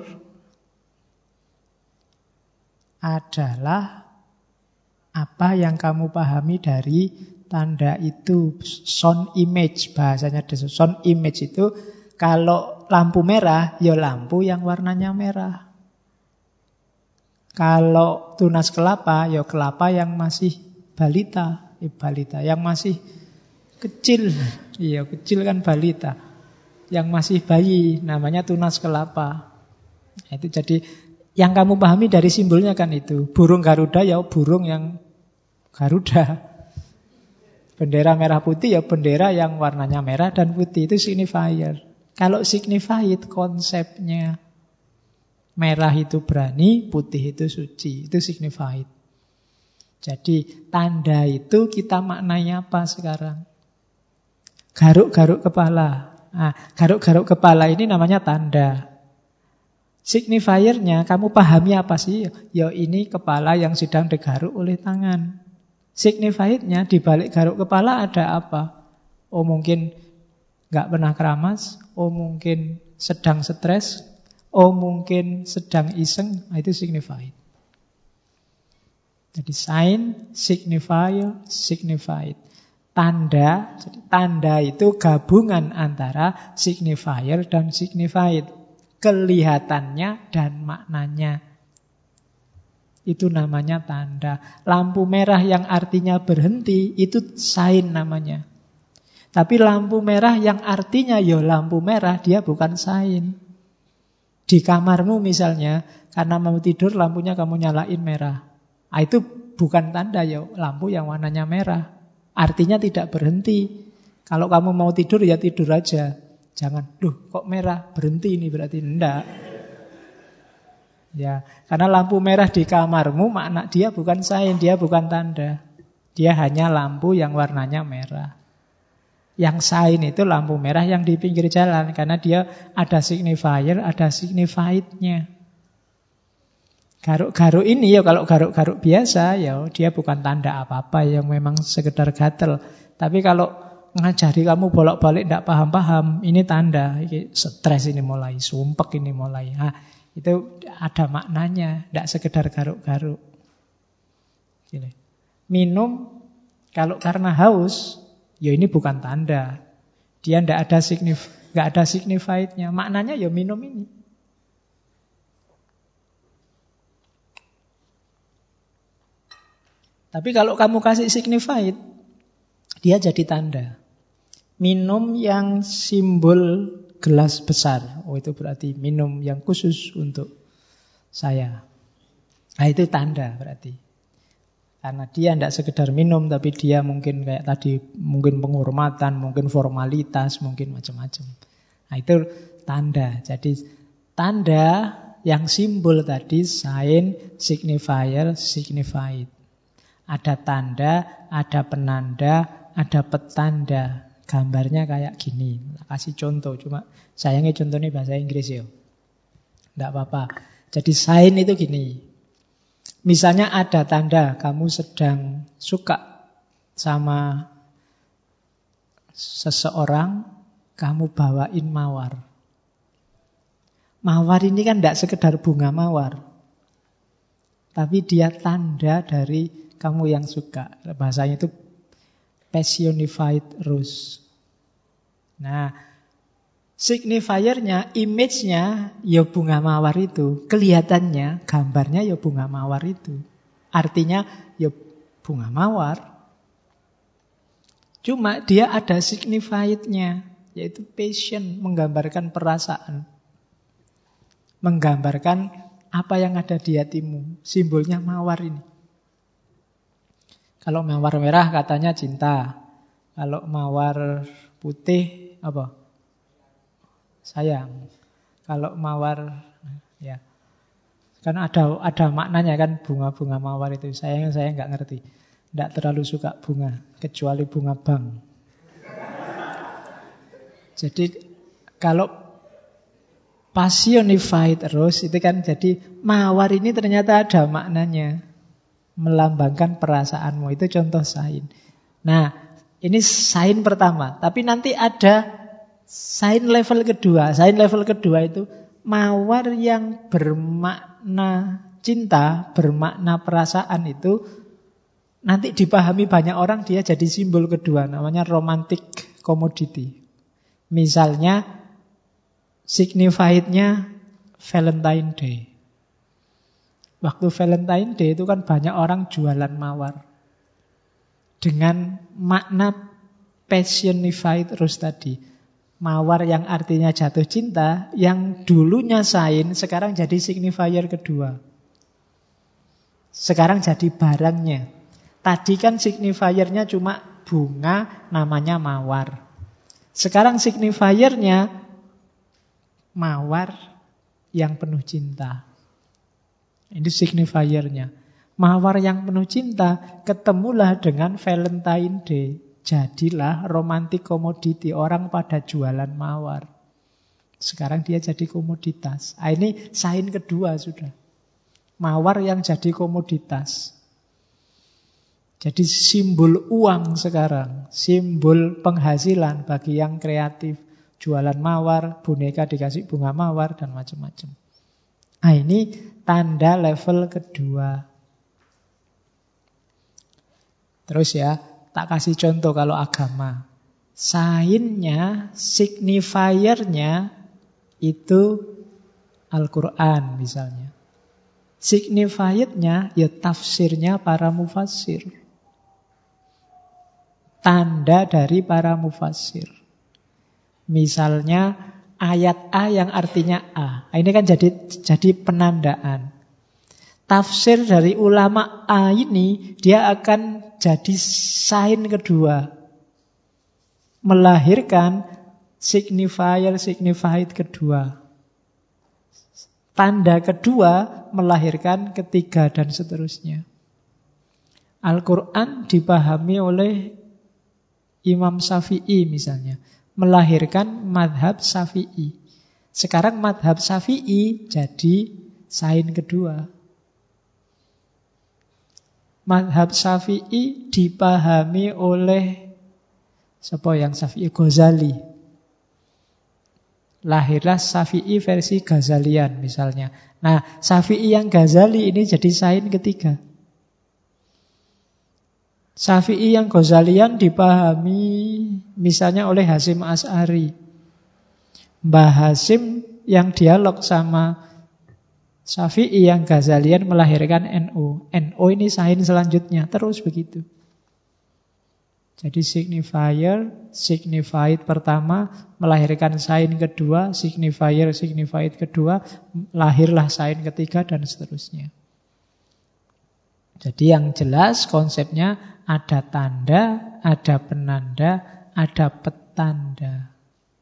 adalah apa yang kamu pahami dari tanda itu. Sound image bahasanya. Sound image itu kalau lampu merah, ya lampu yang warnanya merah. Kalau tunas kelapa, ya kelapa yang masih balita, eh, balita yang masih kecil. Iya, kecil kan balita. Yang masih bayi, namanya tunas kelapa. Nah, itu jadi yang kamu pahami dari simbolnya kan itu. Burung Garuda ya burung yang Garuda. Bendera merah putih ya bendera yang warnanya merah dan putih. Itu signifier. Kalau signified konsepnya merah itu berani, putih itu suci. Itu signified. Jadi tanda itu kita maknanya apa sekarang? Garuk-garuk kepala. Nah, garuk-garuk kepala ini namanya tanda. Signifiernya kamu pahami apa sih? Ya ini kepala yang sedang digaruk oleh tangan. Signifiednya di balik garuk kepala ada apa? Oh mungkin nggak pernah keramas. Oh mungkin sedang stres. Oh mungkin sedang iseng. Nah, itu signified. Jadi sign, signifier, signified. Tanda, jadi tanda itu gabungan antara signifier dan signified. Kelihatannya dan maknanya. Itu namanya tanda. Lampu merah yang artinya berhenti, itu sign namanya. Tapi lampu merah yang artinya ya lampu merah, dia bukan sign. Di kamarmu misalnya, karena mau tidur lampunya kamu nyalain merah. Nah, itu bukan tanda ya lampu yang warnanya merah. Artinya tidak berhenti. Kalau kamu mau tidur ya tidur aja. Jangan, duh kok merah, berhenti ini berarti. Enggak. Ya, karena lampu merah di kamarmu makna dia bukan sign, dia bukan tanda. Dia hanya lampu yang warnanya merah. Yang sign itu lampu merah yang di pinggir jalan, karena dia ada signifier, ada signifiednya. Garuk-garuk ini ya kalau garuk-garuk biasa ya dia bukan tanda apa-apa yang memang sekedar gatel. Tapi kalau ngajari kamu bolak-balik tidak paham-paham, ini tanda, ini stres ini mulai, sumpek ini mulai. Nah, itu ada maknanya, tidak sekedar garuk-garuk. Minum kalau karena haus, ya ini bukan tanda. Dia tidak ada signif, nggak ada signifiednya. Maknanya ya minum ini. Tapi kalau kamu kasih signified, dia jadi tanda. Minum yang simbol gelas besar. Oh itu berarti minum yang khusus untuk saya. Nah itu tanda berarti. Karena dia tidak sekedar minum, tapi dia mungkin kayak tadi, mungkin penghormatan, mungkin formalitas, mungkin macam-macam. Nah itu tanda. Jadi tanda yang simbol tadi, sign, signifier, signified. Ada tanda, ada penanda, ada petanda. Gambarnya kayak gini. Kasih contoh, cuma sayangnya contohnya bahasa Inggris ya. Tidak apa-apa. Jadi sign itu gini. Misalnya ada tanda kamu sedang suka sama seseorang, kamu bawain mawar. Mawar ini kan tidak sekedar bunga mawar. Tapi dia tanda dari kamu yang suka. Bahasanya itu passionified rose. Nah, signifiernya, image-nya ya bunga mawar itu. Kelihatannya, gambarnya ya bunga mawar itu. Artinya ya bunga mawar. Cuma dia ada signified-nya, yaitu passion, menggambarkan perasaan. Menggambarkan apa yang ada di hatimu. Simbolnya mawar ini. Kalau mawar merah katanya cinta. Kalau mawar putih apa? Sayang. Kalau mawar ya. Kan ada ada maknanya kan bunga-bunga mawar itu. Sayangnya saya nggak ngerti. Tidak terlalu suka bunga kecuali bunga bang. Jadi kalau passionified rose itu kan jadi mawar ini ternyata ada maknanya. melambangkan perasaanmu. Itu contoh sain. Nah, ini sain pertama. Tapi nanti ada sain level kedua. Sain level kedua itu mawar yang bermakna cinta, bermakna perasaan itu nanti dipahami banyak orang, dia jadi simbol kedua. Namanya romantic commodity. Misalnya signified-nya Valentine Day. Waktu Valentine Day itu kan banyak orang jualan mawar. Dengan makna passionified rose tadi. Mawar yang artinya jatuh cinta, yang dulunya sain, sekarang jadi signifier kedua. Sekarang jadi barangnya. Tadi kan signifiernya cuma bunga, namanya mawar. Sekarang signifiernya mawar yang penuh cinta. Ini signifiernya. Mawar yang penuh cinta ketemulah dengan Valentine Day. Jadilah romantic commodity. Orang pada jualan mawar. Sekarang dia jadi komoditas. Ah, ini sain kedua sudah. Mawar yang jadi komoditas. Jadi simbol uang sekarang. Simbol penghasilan bagi yang kreatif. Jualan mawar, boneka dikasih bunga mawar, dan macam-macam. Nah, ini tanda level kedua. Terus ya, tak kasih contoh kalau agama. Sainnya, signifiernya itu Al-Quran misalnya. Signifiednya ya tafsirnya para mufassir. Tanda dari para mufassir. Misalnya ayat A yang artinya A. Ini kan jadi jadi penandaan. Tafsir dari ulama A ini dia akan jadi sain kedua. Melahirkan signifier, signified kedua. Tanda kedua melahirkan ketiga dan seterusnya. Al-Quran dipahami oleh Imam Syafi'i misalnya. Melahirkan madhab Syafi'i. Sekarang madhab Syafi'i jadi sain kedua. Madhab Syafi'i dipahami oleh siapa yang Syafi'i? Ghazali. Lahirlah Syafi'i versi Ghazalian misalnya. Nah, Syafi'i yang Ghazali ini jadi sain ketiga. Syafi'i yang Ghazalian dipahami misalnya oleh Hasyim Asy'ari. Mbah Hasyim yang dialog sama Syafi'i yang Ghazalian melahirkan N U. N U ini sain selanjutnya, terus begitu. Jadi signifier, signified pertama, melahirkan sain kedua, signifier, signified kedua, lahirlah sain ketiga, dan seterusnya. Jadi yang jelas konsepnya ada tanda, ada penanda, ada petanda.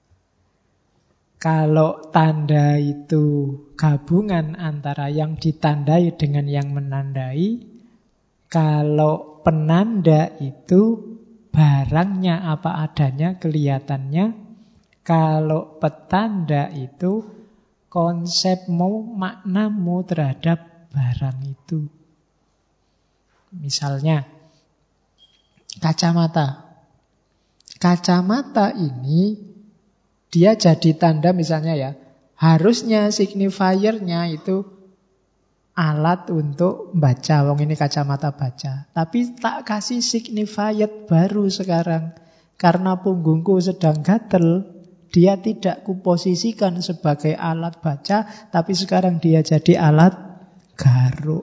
Kalau tanda itu gabungan antara yang ditandai dengan yang menandai, kalau penanda itu barangnya apa adanya, kelihatannya. Kalau petanda itu konsepmu, maknamu terhadap barang itu. Misalnya kacamata. Kacamata ini dia jadi tanda misalnya ya, harusnya signifiernya itu alat untuk baca. Wong ini kacamata baca. Tapi tak kasih signified baru sekarang. Karena punggungku sedang gatel, dia tidak kuposisikan sebagai alat baca, tapi sekarang dia jadi alat garuk.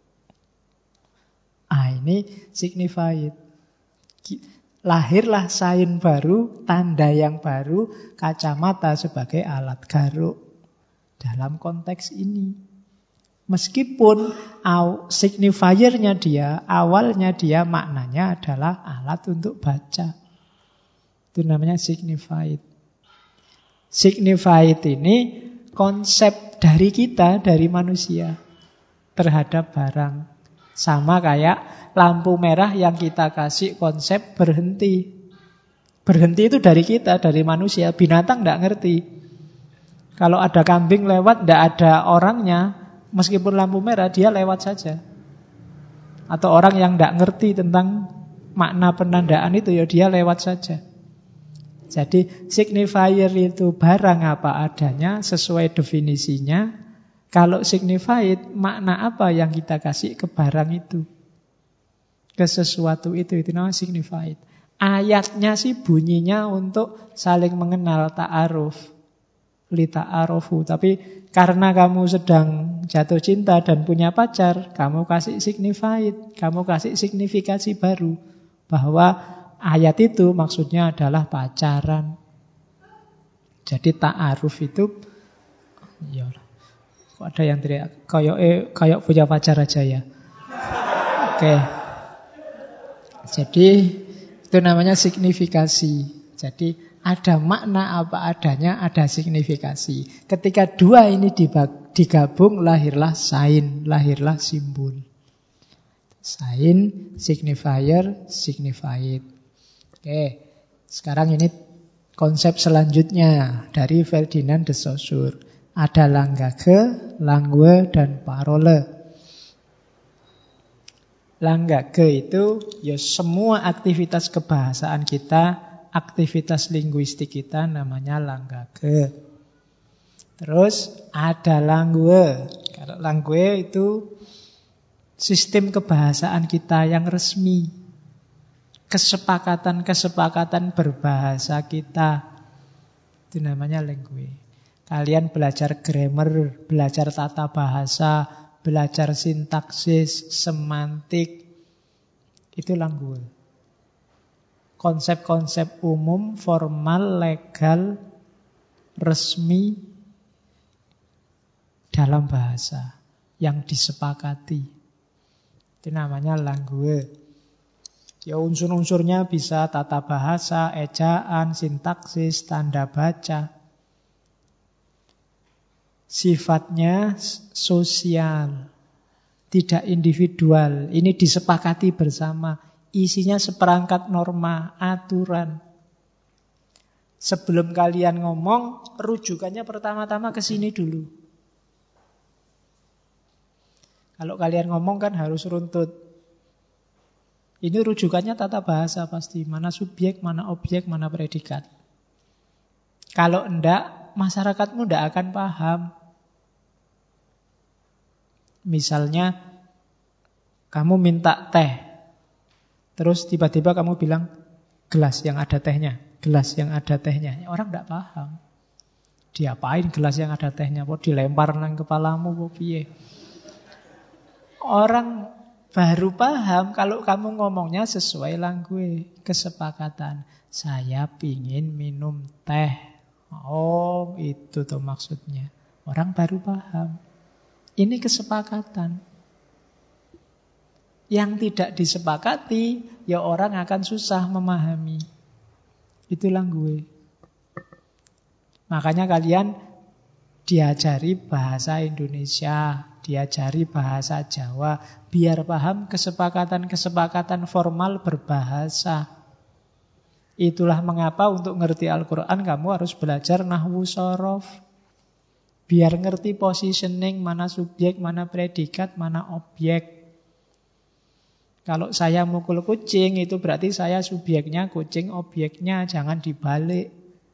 Ah, ini signified. Lahirlah sain baru, tanda yang baru, kacamata sebagai alat garuk. Dalam konteks ini. Meskipun signifiernya dia, awalnya dia maknanya adalah alat untuk baca. Itu namanya signified. Signified ini konsep dari kita, dari manusia terhadap barang. Sama kayak lampu merah yang kita kasih konsep berhenti. Berhenti itu dari kita, dari manusia. Binatang tidak ngerti. Kalau ada kambing lewat, tidak ada orangnya, meskipun lampu merah, dia lewat saja. Atau orang yang tidak ngerti tentang makna penandaan itu, ya dia lewat saja. Jadi signifier itu barang apa adanya sesuai definisinya. Kalau signified, makna apa yang kita kasih ke barang itu, ke sesuatu itu, itu namanya signified. Ayatnya sih bunyinya untuk saling mengenal, ta'aruf, li ta'arufu. Tapi karena kamu sedang jatuh cinta dan punya pacar, kamu kasih signified, kamu kasih signifikasi baru bahwa ayat itu maksudnya adalah pacaran. Jadi ta'aruf itu, ya, kok ada yang teriak kayak eh kayak punya pacar aja ya. Oke. Jadi itu namanya signifikasi. Jadi ada makna apa adanya, ada signifikasi. Ketika dua ini digabung, lahirlah sign, lahirlah simbol. Sign, signifier, signified. Oke, sekarang ini konsep selanjutnya dari Ferdinand de Saussure. Ada langgage, langue, dan parole. Langgage itu ya semua aktivitas kebahasaan kita, aktivitas linguistik kita namanya langgage. Terus ada langue. Kalau langue itu sistem kebahasaan kita yang resmi. Kesepakatan-kesepakatan berbahasa kita. Itu namanya langue. Kalian belajar grammar, belajar tata bahasa, belajar sintaksis, semantik. Itu langue. Konsep-konsep umum, formal, legal, resmi dalam bahasa yang disepakati. Itu namanya langue. Ya unsur-unsurnya bisa tata bahasa, ejaan, sintaksis, tanda baca. Sifatnya sosial, tidak individual. Ini disepakati bersama. Isinya seperangkat norma, aturan. Sebelum kalian ngomong, rujukannya pertama-tama ke sini dulu. Kalau kalian ngomong kan harus runtut. Ini rujukannya tata bahasa pasti. Mana subjek, mana objek, mana predikat. Kalau enggak, masyarakatmu enggak akan paham. Misalnya, kamu minta teh. Terus tiba-tiba kamu bilang, gelas yang ada tehnya. Gelas yang ada tehnya. Orang enggak paham. Diapain gelas yang ada tehnya? Kok dilempar nang kepalamu, kok piye? Orang baru paham kalau kamu ngomongnya sesuai langue, kesepakatan. Saya pingin minum teh. Oh, itu tuh maksudnya. Orang baru paham. Ini kesepakatan. Yang tidak disepakati, ya orang akan susah memahami. Itu langue. Makanya kalian diajari bahasa Indonesia, diajari bahasa Jawa, biar paham kesepakatan-kesepakatan formal berbahasa. Itulah mengapa untuk ngerti Al-Quran kamu harus belajar nahwu shorof. Biar ngerti positioning, mana subjek, mana predikat, mana objek. Kalau saya mukul kucing, itu berarti saya subjeknya, kucing objeknya, jangan dibalik.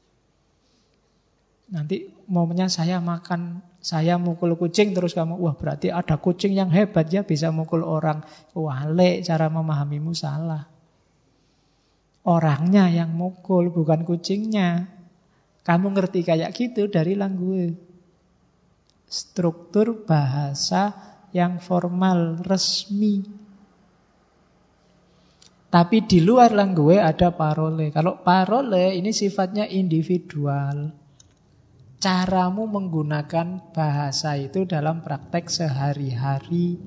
Nanti momennya saya makan, saya mukul kucing, terus kamu, wah berarti ada kucing yang hebat ya bisa mukul orang. Wale, cara memahamimu salah. Orangnya yang mukul, bukan kucingnya. Kamu ngerti kayak gitu dari langue. Struktur bahasa yang formal, resmi. Tapi di luar langue ada parole. Kalau parole ini sifatnya individual. Caramu menggunakan bahasa itu dalam praktek sehari-hari.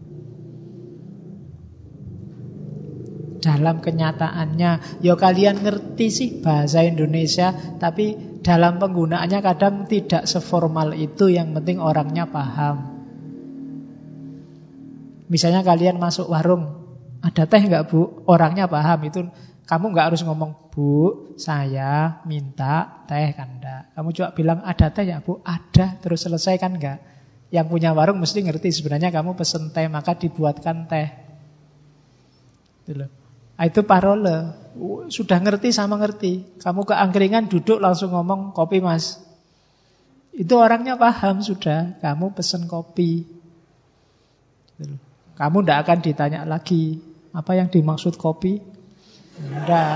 Dalam kenyataannya, ya kalian ngerti sih bahasa Indonesia, tapi dalam penggunaannya kadang tidak seformal itu, yang penting orangnya paham. Misalnya kalian masuk warung, ada teh nggak bu? Orangnya paham, itu kamu nggak harus ngomong, bu, saya minta teh, kan enggak. Kamu coba bilang, ada teh ya bu? Ada, terus selesai kan enggak? Yang punya warung mesti ngerti sebenarnya kamu pesen teh, maka dibuatkan teh. Itu loh. Itu parole. Sudah ngerti sama ngerti. Kamu ke angkringan duduk langsung ngomong kopi mas. Itu orangnya paham sudah. Kamu pesen kopi. Gitu loh. Kamu tidak akan ditanya lagi apa yang dimaksud kopi. Tidak.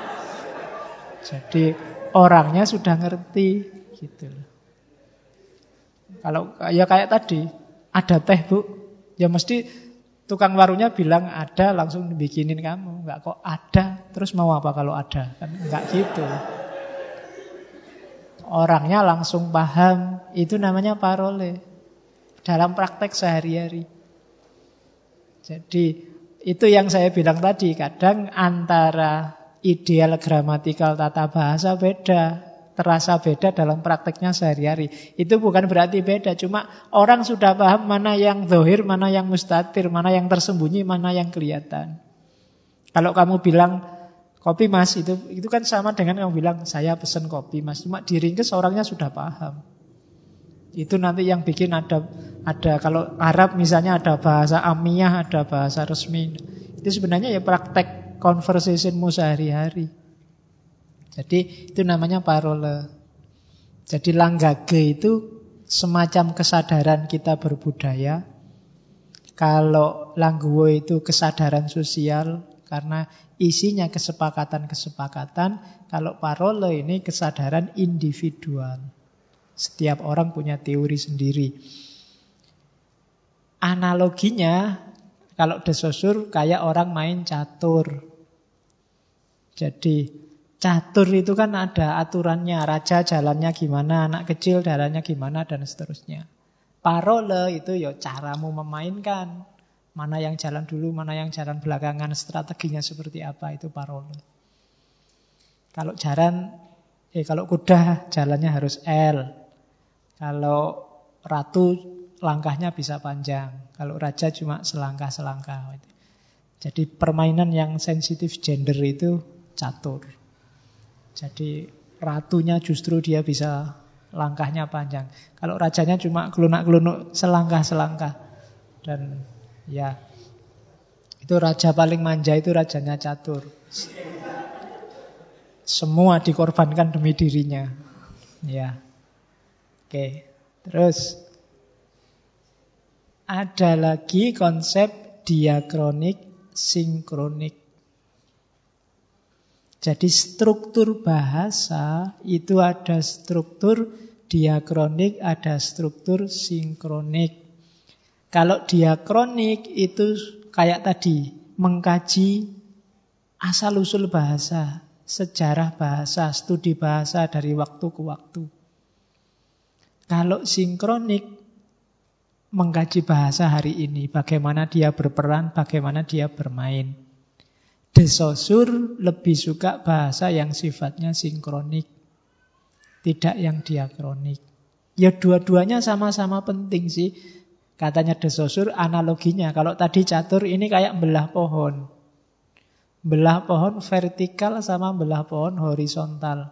Jadi orangnya sudah ngerti. Gitu loh. Kalau ya kayak tadi, ada teh bu, ya mesti tukang warungnya bilang ada, langsung bikinin kamu. Enggak kok ada, terus mau apa kalau ada? Kan enggak gitu. Orangnya langsung paham, itu namanya parole. Dalam praktek sehari-hari. Jadi itu yang saya bilang tadi, kadang antara ideal gramatikal tata bahasa beda. Terasa beda dalam prakteknya sehari-hari. Itu bukan berarti beda, cuma orang sudah paham mana yang zahir, mana yang mustatir, mana yang tersembunyi, mana yang kelihatan. Kalau kamu bilang kopi mas, itu itu kan sama dengan kamu bilang saya pesen kopi mas, cuma diringkes orangnya sudah paham. Itu nanti yang bikin ada ada kalau Arab misalnya ada bahasa amiyah, ada bahasa resmi. Itu sebenarnya ya praktek conversationmu sehari-hari. Jadi itu namanya parole. Jadi langgage itu semacam kesadaran kita berbudaya. Kalau langguo itu kesadaran sosial karena isinya kesepakatan-kesepakatan. Kalau parole ini kesadaran individual. Setiap orang punya teori sendiri. Analoginya kalau de Saussure kayak orang main catur. Jadi catur itu kan ada aturannya, raja jalannya gimana, anak kecil jalannya gimana, dan seterusnya. Parole itu ya caramu memainkan. Mana yang jalan dulu, mana yang jalan belakangan, strateginya seperti apa, itu parole. Kalau jalan, eh kalau kuda jalannya harus L. Kalau ratu langkahnya bisa panjang. Kalau raja cuma selangkah-selangkah. Jadi permainan yang sensitif gender itu catur. Jadi ratunya justru dia bisa langkahnya panjang. Kalau rajanya cuma kelunak-kelunuk selangkah-selangkah. Dan ya itu raja paling manja, itu rajanya catur. Semua dikorbankan demi dirinya. Ya. Oke. Terus ada lagi konsep diakronik sinkronik. Jadi struktur bahasa itu ada struktur diakronik, ada struktur sinkronik. Kalau diakronik itu kayak tadi, mengkaji asal-usul bahasa, sejarah bahasa, studi bahasa dari waktu ke waktu. Kalau sinkronik, mengkaji bahasa hari ini, bagaimana dia berperan, bagaimana dia bermain. De Saussure lebih suka bahasa yang sifatnya sinkronik, tidak yang diakronik. Ya dua-duanya sama-sama penting sih. Katanya De Saussure analoginya, kalau tadi catur ini kayak belah pohon. Belah pohon vertikal sama belah pohon horizontal.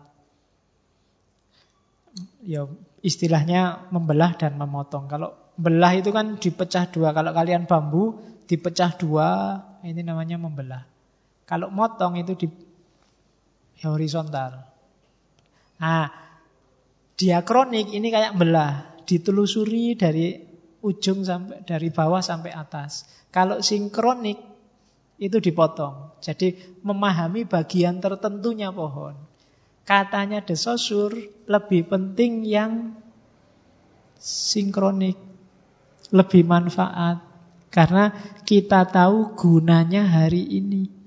Ya istilahnya membelah dan memotong. Kalau belah itu kan dipecah dua. Kalau kalian bambu dipecah dua, ini namanya membelah. Kalau motong itu di horizontal. Nah, diakronik ini kayak belah, ditelusuri dari ujung sampai dari bawah sampai atas. Kalau sinkronik itu dipotong. Jadi memahami bagian tertentunya pohon. Katanya De Saussure lebih penting yang sinkronik, lebih manfaat karena kita tahu gunanya hari ini.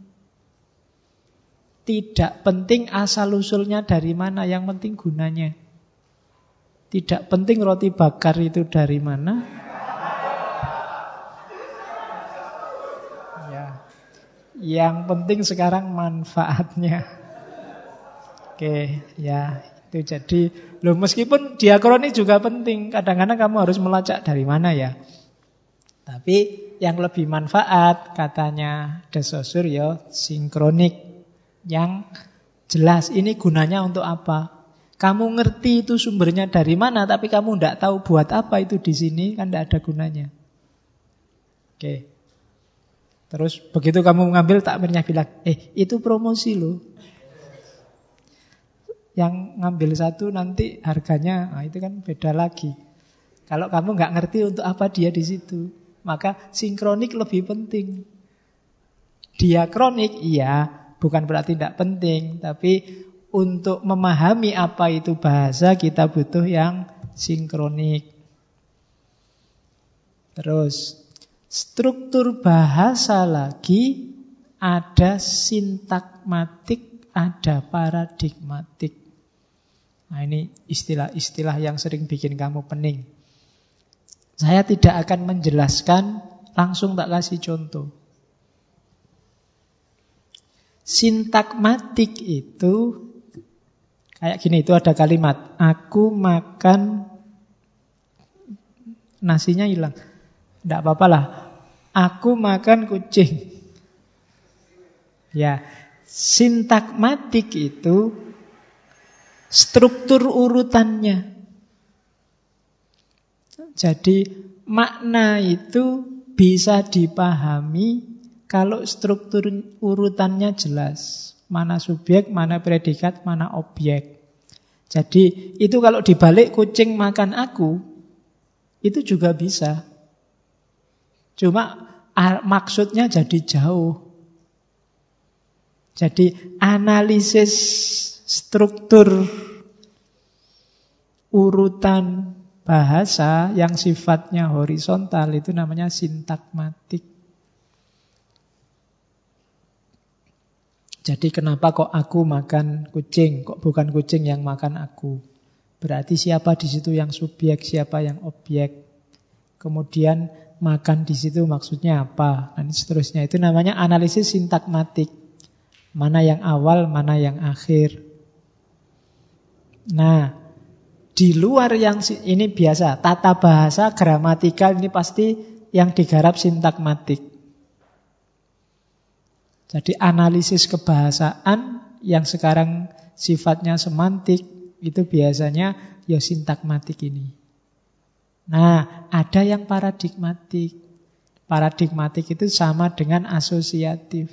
Tidak penting asal-usulnya dari mana, yang penting gunanya. Tidak penting roti bakar itu dari mana. Ya. Yang penting sekarang manfaatnya. Oke, ya itu jadi. Loh, meskipun diakronik juga penting, kadang-kadang kamu harus melacak dari mana ya. Tapi yang lebih manfaat katanya De Saussure ya sinkronik. Yang jelas ini gunanya untuk apa. Kamu ngerti itu sumbernya dari mana, tapi kamu tidak tahu buat apa itu di sini, kan tidak ada gunanya. Oke. Terus begitu kamu ngambil, takmirnya bilang, eh itu promosi loh. Yang ngambil satu nanti harganya, nah itu kan beda lagi. Kalau kamu nggak ngerti untuk apa dia di situ, maka sinkronik lebih penting. Diakronik, iya, bukan berarti tidak penting, tapi untuk memahami apa itu bahasa kita butuh yang sinkronik. Terus struktur bahasa lagi ada sintakmatik, ada paradigmatik. Nah ini istilah-istilah yang sering bikin kamu pening. Saya tidak akan menjelaskan, langsung tak kasih contoh. Sintakmatik itu kayak gini, itu ada kalimat, aku makan, nasinya hilang. Tidak apa-apa lah. Aku makan kucing. Ya, sintakmatik itu struktur urutannya. Jadi makna itu bisa dipahami kalau struktur urutannya jelas. Mana subjek, mana predikat, mana objek. Jadi itu kalau dibalik kucing makan aku, itu juga bisa. Cuma maksudnya jadi jauh. Jadi analisis struktur urutan bahasa yang sifatnya horizontal itu namanya sintakmatik. Jadi kenapa kok aku makan kucing, kok bukan kucing yang makan aku? Berarti siapa di situ yang subjek, siapa yang objek. Kemudian makan di situ maksudnya apa? Dan seterusnya. Itu namanya analisis sintakmatik. Mana yang awal, mana yang akhir. Nah, di luar yang ini biasa, tata bahasa, gramatikal ini pasti yang digarap sintakmatik. Jadi analisis kebahasaan yang sekarang sifatnya semantik itu biasanya ya sintakmatik ini. Nah, ada yang paradigmatik. Paradigmatik itu sama dengan asosiatif.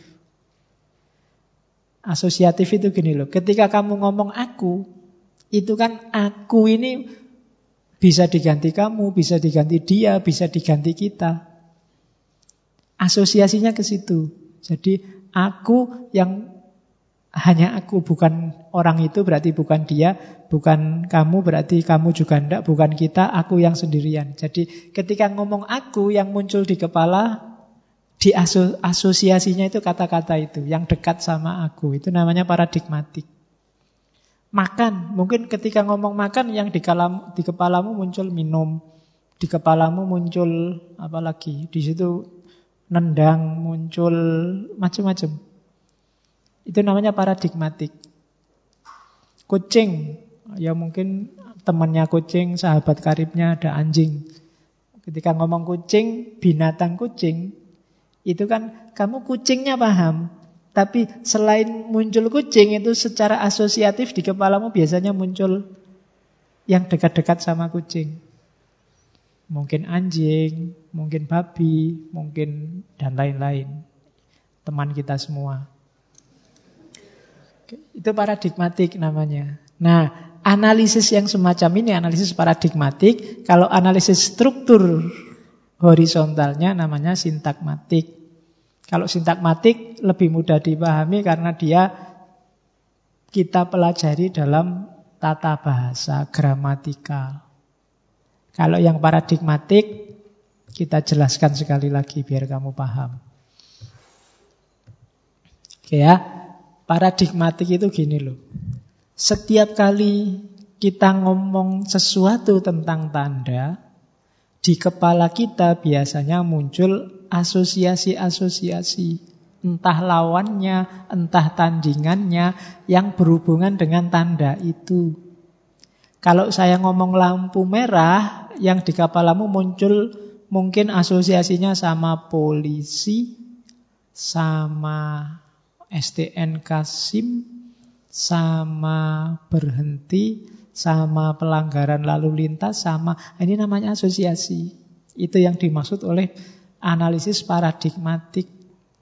Asosiatif itu gini loh, ketika kamu ngomong aku, itu kan aku ini bisa diganti kamu, bisa diganti dia, bisa diganti kita. Asosiasinya ke situ. Jadi aku yang hanya aku, bukan orang itu berarti bukan dia, bukan kamu berarti kamu juga enggak, bukan kita, aku yang sendirian. Jadi ketika ngomong aku yang muncul di kepala, di aso, asosiasinya itu kata-kata itu, yang dekat sama aku, itu namanya paradigmatik. Makan, mungkin ketika ngomong makan yang di, kalam, di kepalamu muncul minum, di kepalamu muncul apa lagi, di situ nendang, muncul macam-macam. Itu namanya paradigmatik. Kucing, ya mungkin temannya kucing, sahabat karibnya ada anjing. Ketika ngomong kucing, binatang kucing, itu kan kamu kucingnya paham. Tapi selain muncul kucing, itu secara asosiatif di kepalamu biasanya muncul yang dekat-dekat sama kucing. Mungkin anjing, mungkin babi, mungkin dan lain-lain. Teman kita semua. Itu paradigmatik namanya. Nah, analisis yang semacam ini, analisis paradigmatik. Kalau analisis struktur horizontalnya namanya sintakmatik. Kalau sintakmatik lebih mudah dipahami karena dia kita pelajari dalam tata bahasa gramatikal. Kalau yang paradigmatik kita jelaskan sekali lagi biar kamu paham. Oke ya. Paradigmatik itu gini loh. Setiap kali kita ngomong sesuatu tentang tanda, di kepala kita biasanya muncul asosiasi-asosiasi. Entah lawannya, entah tandingannya yang berhubungan dengan tanda itu. Kalau saya ngomong lampu merah, yang di kepalamu muncul mungkin asosiasinya sama polisi, sama S T N K SIM, sama berhenti, sama pelanggaran lalu lintas, sama ini namanya asosiasi. Itu yang dimaksud oleh analisis paradigmatik.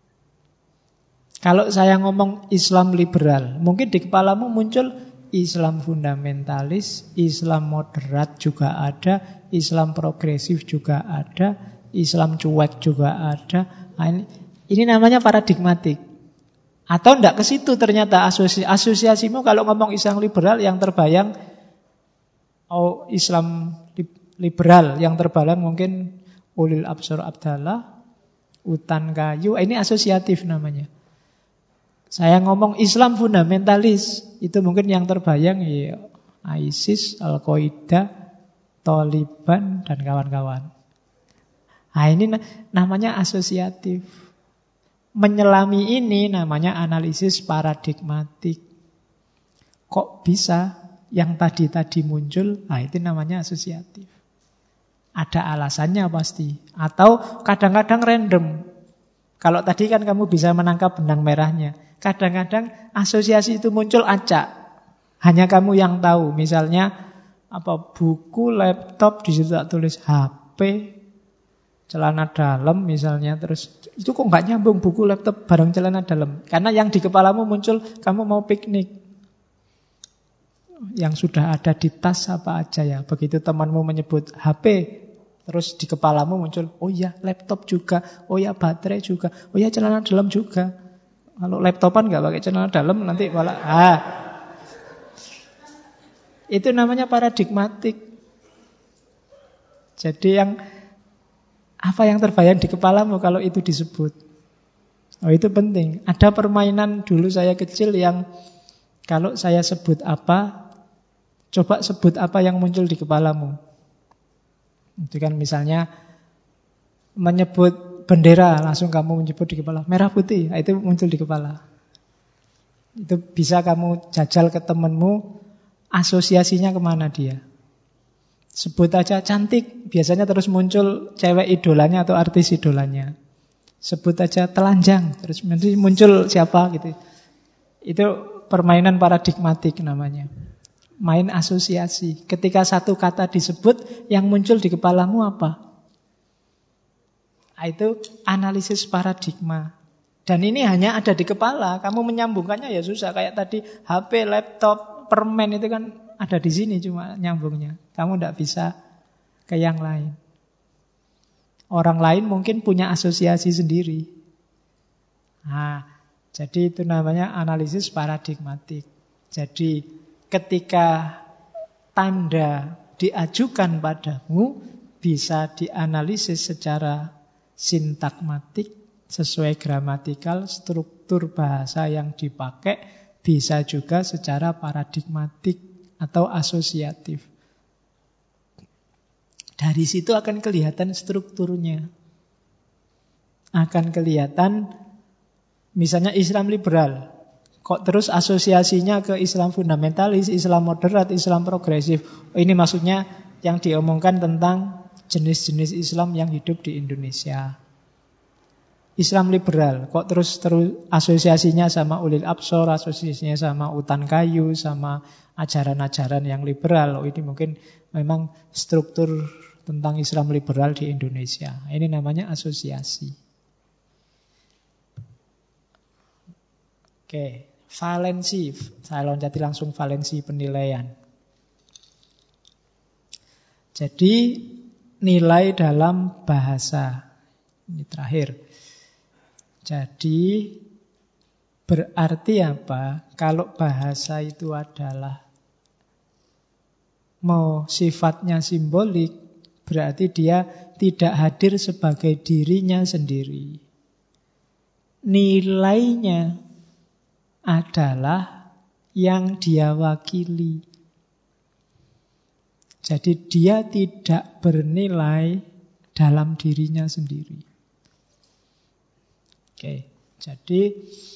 Kalau saya ngomong Islam liberal, mungkin di kepalamu muncul Islam fundamentalis, Islam moderat juga ada, Islam progresif juga ada, Islam cuek juga ada. Nah, ini, ini namanya paradigmatik. Atau enggak ke situ ternyata asosi, asosiasimu kalau ngomong Islam liberal yang terbayang oh Islam liberal yang terbayang mungkin Ulil Absar Abdallah, Utan Kayu, ini asosiatif namanya. Saya ngomong Islam fundamentalis, itu mungkin yang terbayang ya ISIS, Al-Qaeda, Taliban, dan kawan-kawan. Nah ini namanya asosiatif. Menyelami ini namanya analisis paradigmatik. Kok bisa yang tadi-tadi muncul? Nah itu namanya asosiatif. Ada alasannya pasti. Atau kadang-kadang random. Kalau tadi kan kamu bisa menangkap benang merahnya. Kadang-kadang asosiasi itu muncul acak. Hanya kamu yang tahu. Misalnya apa buku, laptop, di situ tak tulis H P, celana dalam misalnya. Terus itu kok nggak nyambung buku, laptop bareng celana dalam. Karena yang di kepalamu muncul kamu mau piknik. Yang sudah ada di tas apa aja ya. Begitu temanmu menyebut H P, terus di kepalamu muncul, oh iya laptop juga, oh iya baterai juga, oh iya celana dalam juga. Kalau laptopan nggak pakai celana dalam nanti malah ah. Itu namanya paradigmatik. Jadi yang apa yang terbayang di kepalamu kalau itu disebut. Oh itu penting. Ada permainan dulu saya kecil yang kalau saya sebut apa, coba sebut apa yang muncul di kepalamu. Itu kan misalnya menyebut bendera, langsung kamu menyebut di kepala merah putih, nah, itu muncul di kepala. Itu bisa kamu jajal ke temenmu, asosiasinya kemana dia. Sebut aja cantik, biasanya terus muncul cewek idolanya atau artis idolanya. Sebut aja telanjang, terus muncul siapa gitu. Itu permainan paradigmatik namanya. Main asosiasi. Ketika satu kata disebut, yang muncul di kepalamu apa? Itu analisis paradigma. Dan ini hanya ada di kepala. Kamu menyambungkannya ya susah. Kayak tadi H P, laptop, permen itu kan ada di sini cuma nyambungnya. Kamu tidak bisa ke yang lain. Orang lain mungkin punya asosiasi sendiri. Nah, jadi itu namanya analisis paradigmatik. Jadi ketika tanda diajukan padamu bisa dianalisis secara sintakmatik, sesuai gramatikal, struktur bahasa yang dipakai, bisa juga secara paradigmatik atau asosiatif. Dari situ akan kelihatan strukturnya. Akan kelihatan misalnya Islam liberal. Kok terus asosiasinya ke Islam fundamentalis, Islam moderat, Islam progresif. Oh, ini maksudnya yang diomongkan tentang jenis-jenis Islam yang hidup di Indonesia. Islam liberal, kok terus terus asosiasinya sama Ulil Absar, asosiasinya sama Utan Kayu, sama ajaran-ajaran yang liberal. Oh, ini mungkin memang struktur tentang Islam liberal di Indonesia. Ini namanya asosiasi. Oke, valensi. Saya loncati langsung valensi penilaian. Jadi nilai dalam bahasa. Ini terakhir. Jadi berarti apa? Kalau bahasa itu adalah mau sifatnya simbolik, berarti dia tidak hadir sebagai dirinya sendiri. Nilainya adalah yang dia wakili. Jadi dia tidak bernilai dalam dirinya sendiri. Oke, jadi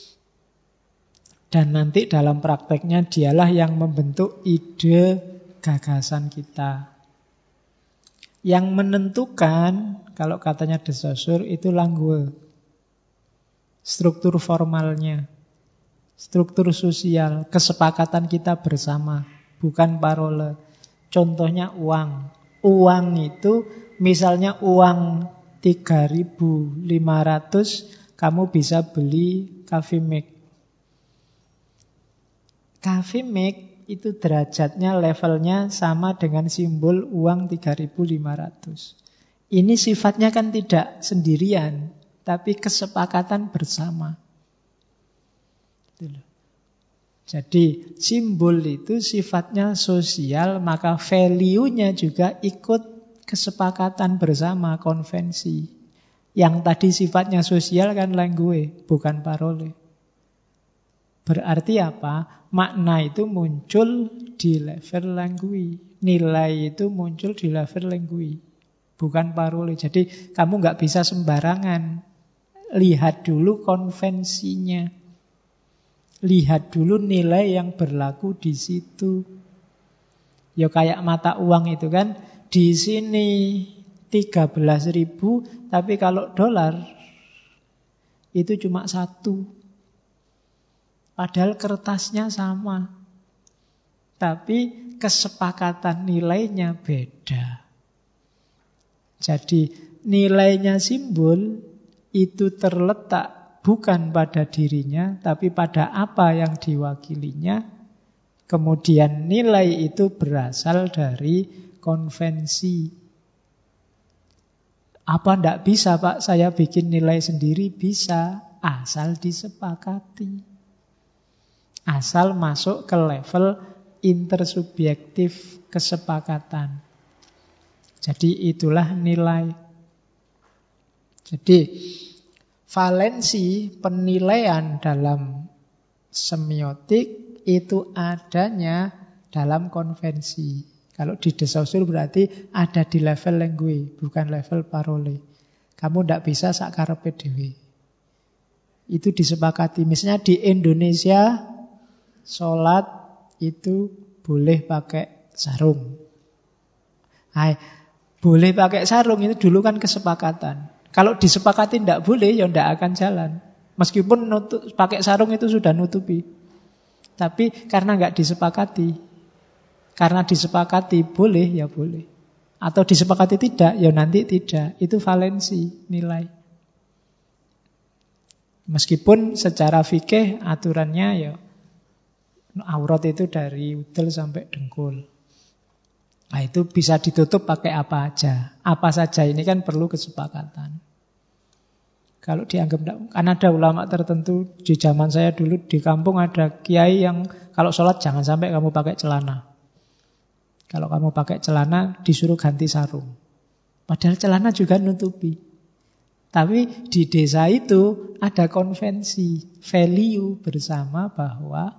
dan nanti dalam prakteknya dialah yang membentuk ide gagasan kita. Yang menentukan, kalau katanya De Saussure, itu langue. Struktur formalnya, struktur sosial, kesepakatan kita bersama, bukan parole. Contohnya uang. Uang itu misalnya uang tiga ribu lima ratus kamu bisa beli coffee mate. Coffee mate itu derajatnya, levelnya sama dengan simbol uang tiga ribu lima ratus. Ini sifatnya kan tidak sendirian, tapi kesepakatan bersama. Jadi simbol itu sifatnya sosial, maka value-nya juga ikut kesepakatan bersama, konvensi. Yang tadi sifatnya sosial kan langue, bukan parole. Berarti apa? Makna itu muncul di level langue. Nilai itu muncul di level langue, bukan parole. Jadi kamu nggak bisa sembarangan. Lihat dulu konvensinya. Lihat dulu nilai yang berlaku di situ. Ya kayak mata uang itu kan. Di sini tiga belas ribu, tapi kalau dolar itu cuma satu. Padahal kertasnya sama. Tapi kesepakatan nilainya beda. Jadi nilainya simbol itu terletak bukan pada dirinya, tapi pada apa yang diwakilinya. Kemudian nilai itu berasal dari konvensi. Apa ndak bisa Pak saya bikin nilai sendiri? Bisa, asal disepakati. Asal masuk ke level intersubjektif kesepakatan. Jadi itulah nilai. Jadi valensi penilaian dalam semiotik itu adanya dalam konvensi. Kalau di De Saussure berarti ada di level langue, bukan level parole. Kamu tidak bisa sakarepe dhewe. Itu disepakati. Misalnya di Indonesia sholat itu boleh pakai sarung. Hai, boleh pakai sarung itu dulu kan kesepakatan. Kalau disepakati tidak boleh, ya tidak akan jalan. Meskipun nutup, pakai sarung itu sudah nutupi. Tapi karena nggak disepakati, karena disepakati boleh, ya boleh. Atau disepakati tidak, ya nanti tidak. Itu valensi nilai. Meskipun secara fikih aturannya ya aurat itu dari udel sampai dengkul. Nah itu bisa ditutup pakai apa aja. Apa saja ini kan perlu kesepakatan. Kalau dianggap tidak, kan ada ulama tertentu di zaman saya dulu di kampung ada kiai yang kalau sholat jangan sampai kamu pakai celana. Kalau kamu pakai celana disuruh ganti sarung. Padahal celana juga nutupi. Tapi di desa itu ada konvensi, value bersama bahwa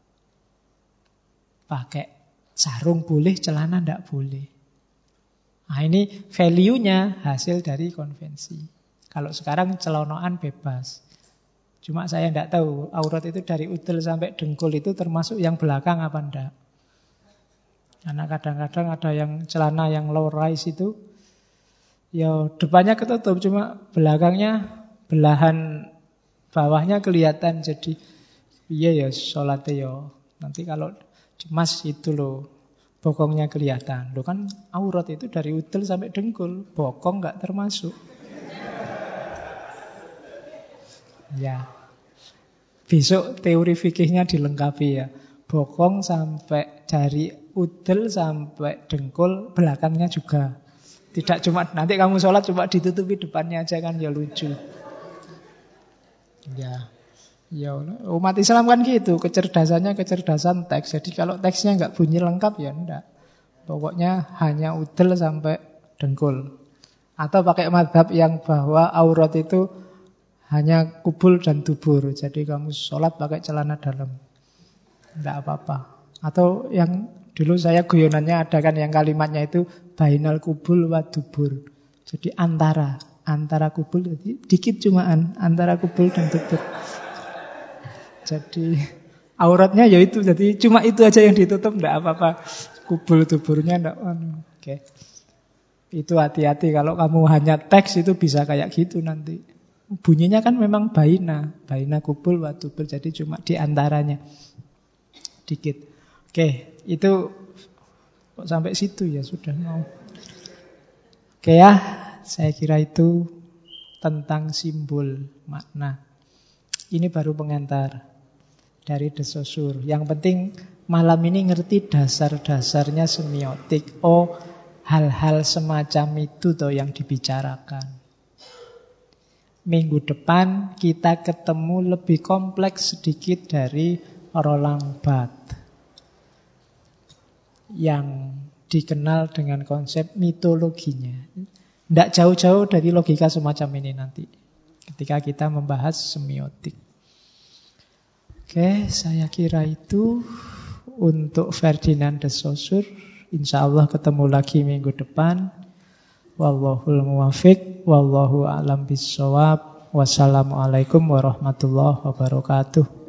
pakai sarung boleh, celana tidak boleh. Nah ini value-nya hasil dari konvensi. Kalau sekarang celonoan bebas. Cuma saya tidak tahu aurat itu dari udel sampai dengkul itu termasuk yang belakang apa enggak. Karena kadang-kadang ada yang celana yang low rise itu ya depannya ketutup, cuma belakangnya belahan bawahnya kelihatan. Jadi iya ya sholatnya ya. Nanti kalau Mas itu loh, bokongnya kelihatan. Loh kan aurat itu dari udel sampai dengkul, bokong nggak termasuk. Ya, besok teori fikihnya dilengkapi ya. Bokong sampai dari udel sampai dengkul, belakangnya juga. Tidak cuma nanti kamu sholat cuma ditutupi depannya aja kan ya lucu. Ya. Ya, umat Islam kan gitu, kecerdasannya kecerdasan teks. Jadi kalau teksnya nggak bunyi lengkap ya enggak. Pokoknya hanya udel sampai dengkul. Atau pakai madhab yang bahwa aurat itu hanya kubul dan dubur. Jadi kamu sholat pakai celana dalam, enggak apa-apa. Atau yang dulu saya guyonannya ada kan yang kalimatnya itu bainal kubul wa dubur. Jadi antara antara kubul, jadi dikit cumaan antara kubul dan dubur. Jadi auratnya ya itu, jadi cuma itu aja yang ditutup, enggak apa-apa. Kubul tuburnya enggak. Oke. Itu hati-hati kalau kamu hanya teks itu bisa kayak gitu nanti. Bunyinya kan memang baina, baina kubul wa tubur, jadi cuma di antaranya. Dikit. Oke, itu kok sampai situ ya sudah mau. Oke ya, saya kira itu tentang simbol makna. Ini baru pengantar dari De Saussure. Yang penting malam ini ngerti dasar-dasarnya semiotik. Oh, hal-hal semacam itu toh yang dibicarakan. Minggu depan kita ketemu lebih kompleks sedikit dari Roland Barthes yang dikenal dengan konsep mitologinya. Tidak jauh-jauh dari logika semacam ini nanti ketika kita membahas semiotik. Oke, saya kira itu untuk Ferdinand de Saussure. Insya Allah ketemu lagi minggu depan. Wallahul muwafiq, wallahu a'lam bissawab. Wassalamualaikum warahmatullahi wabarakatuh.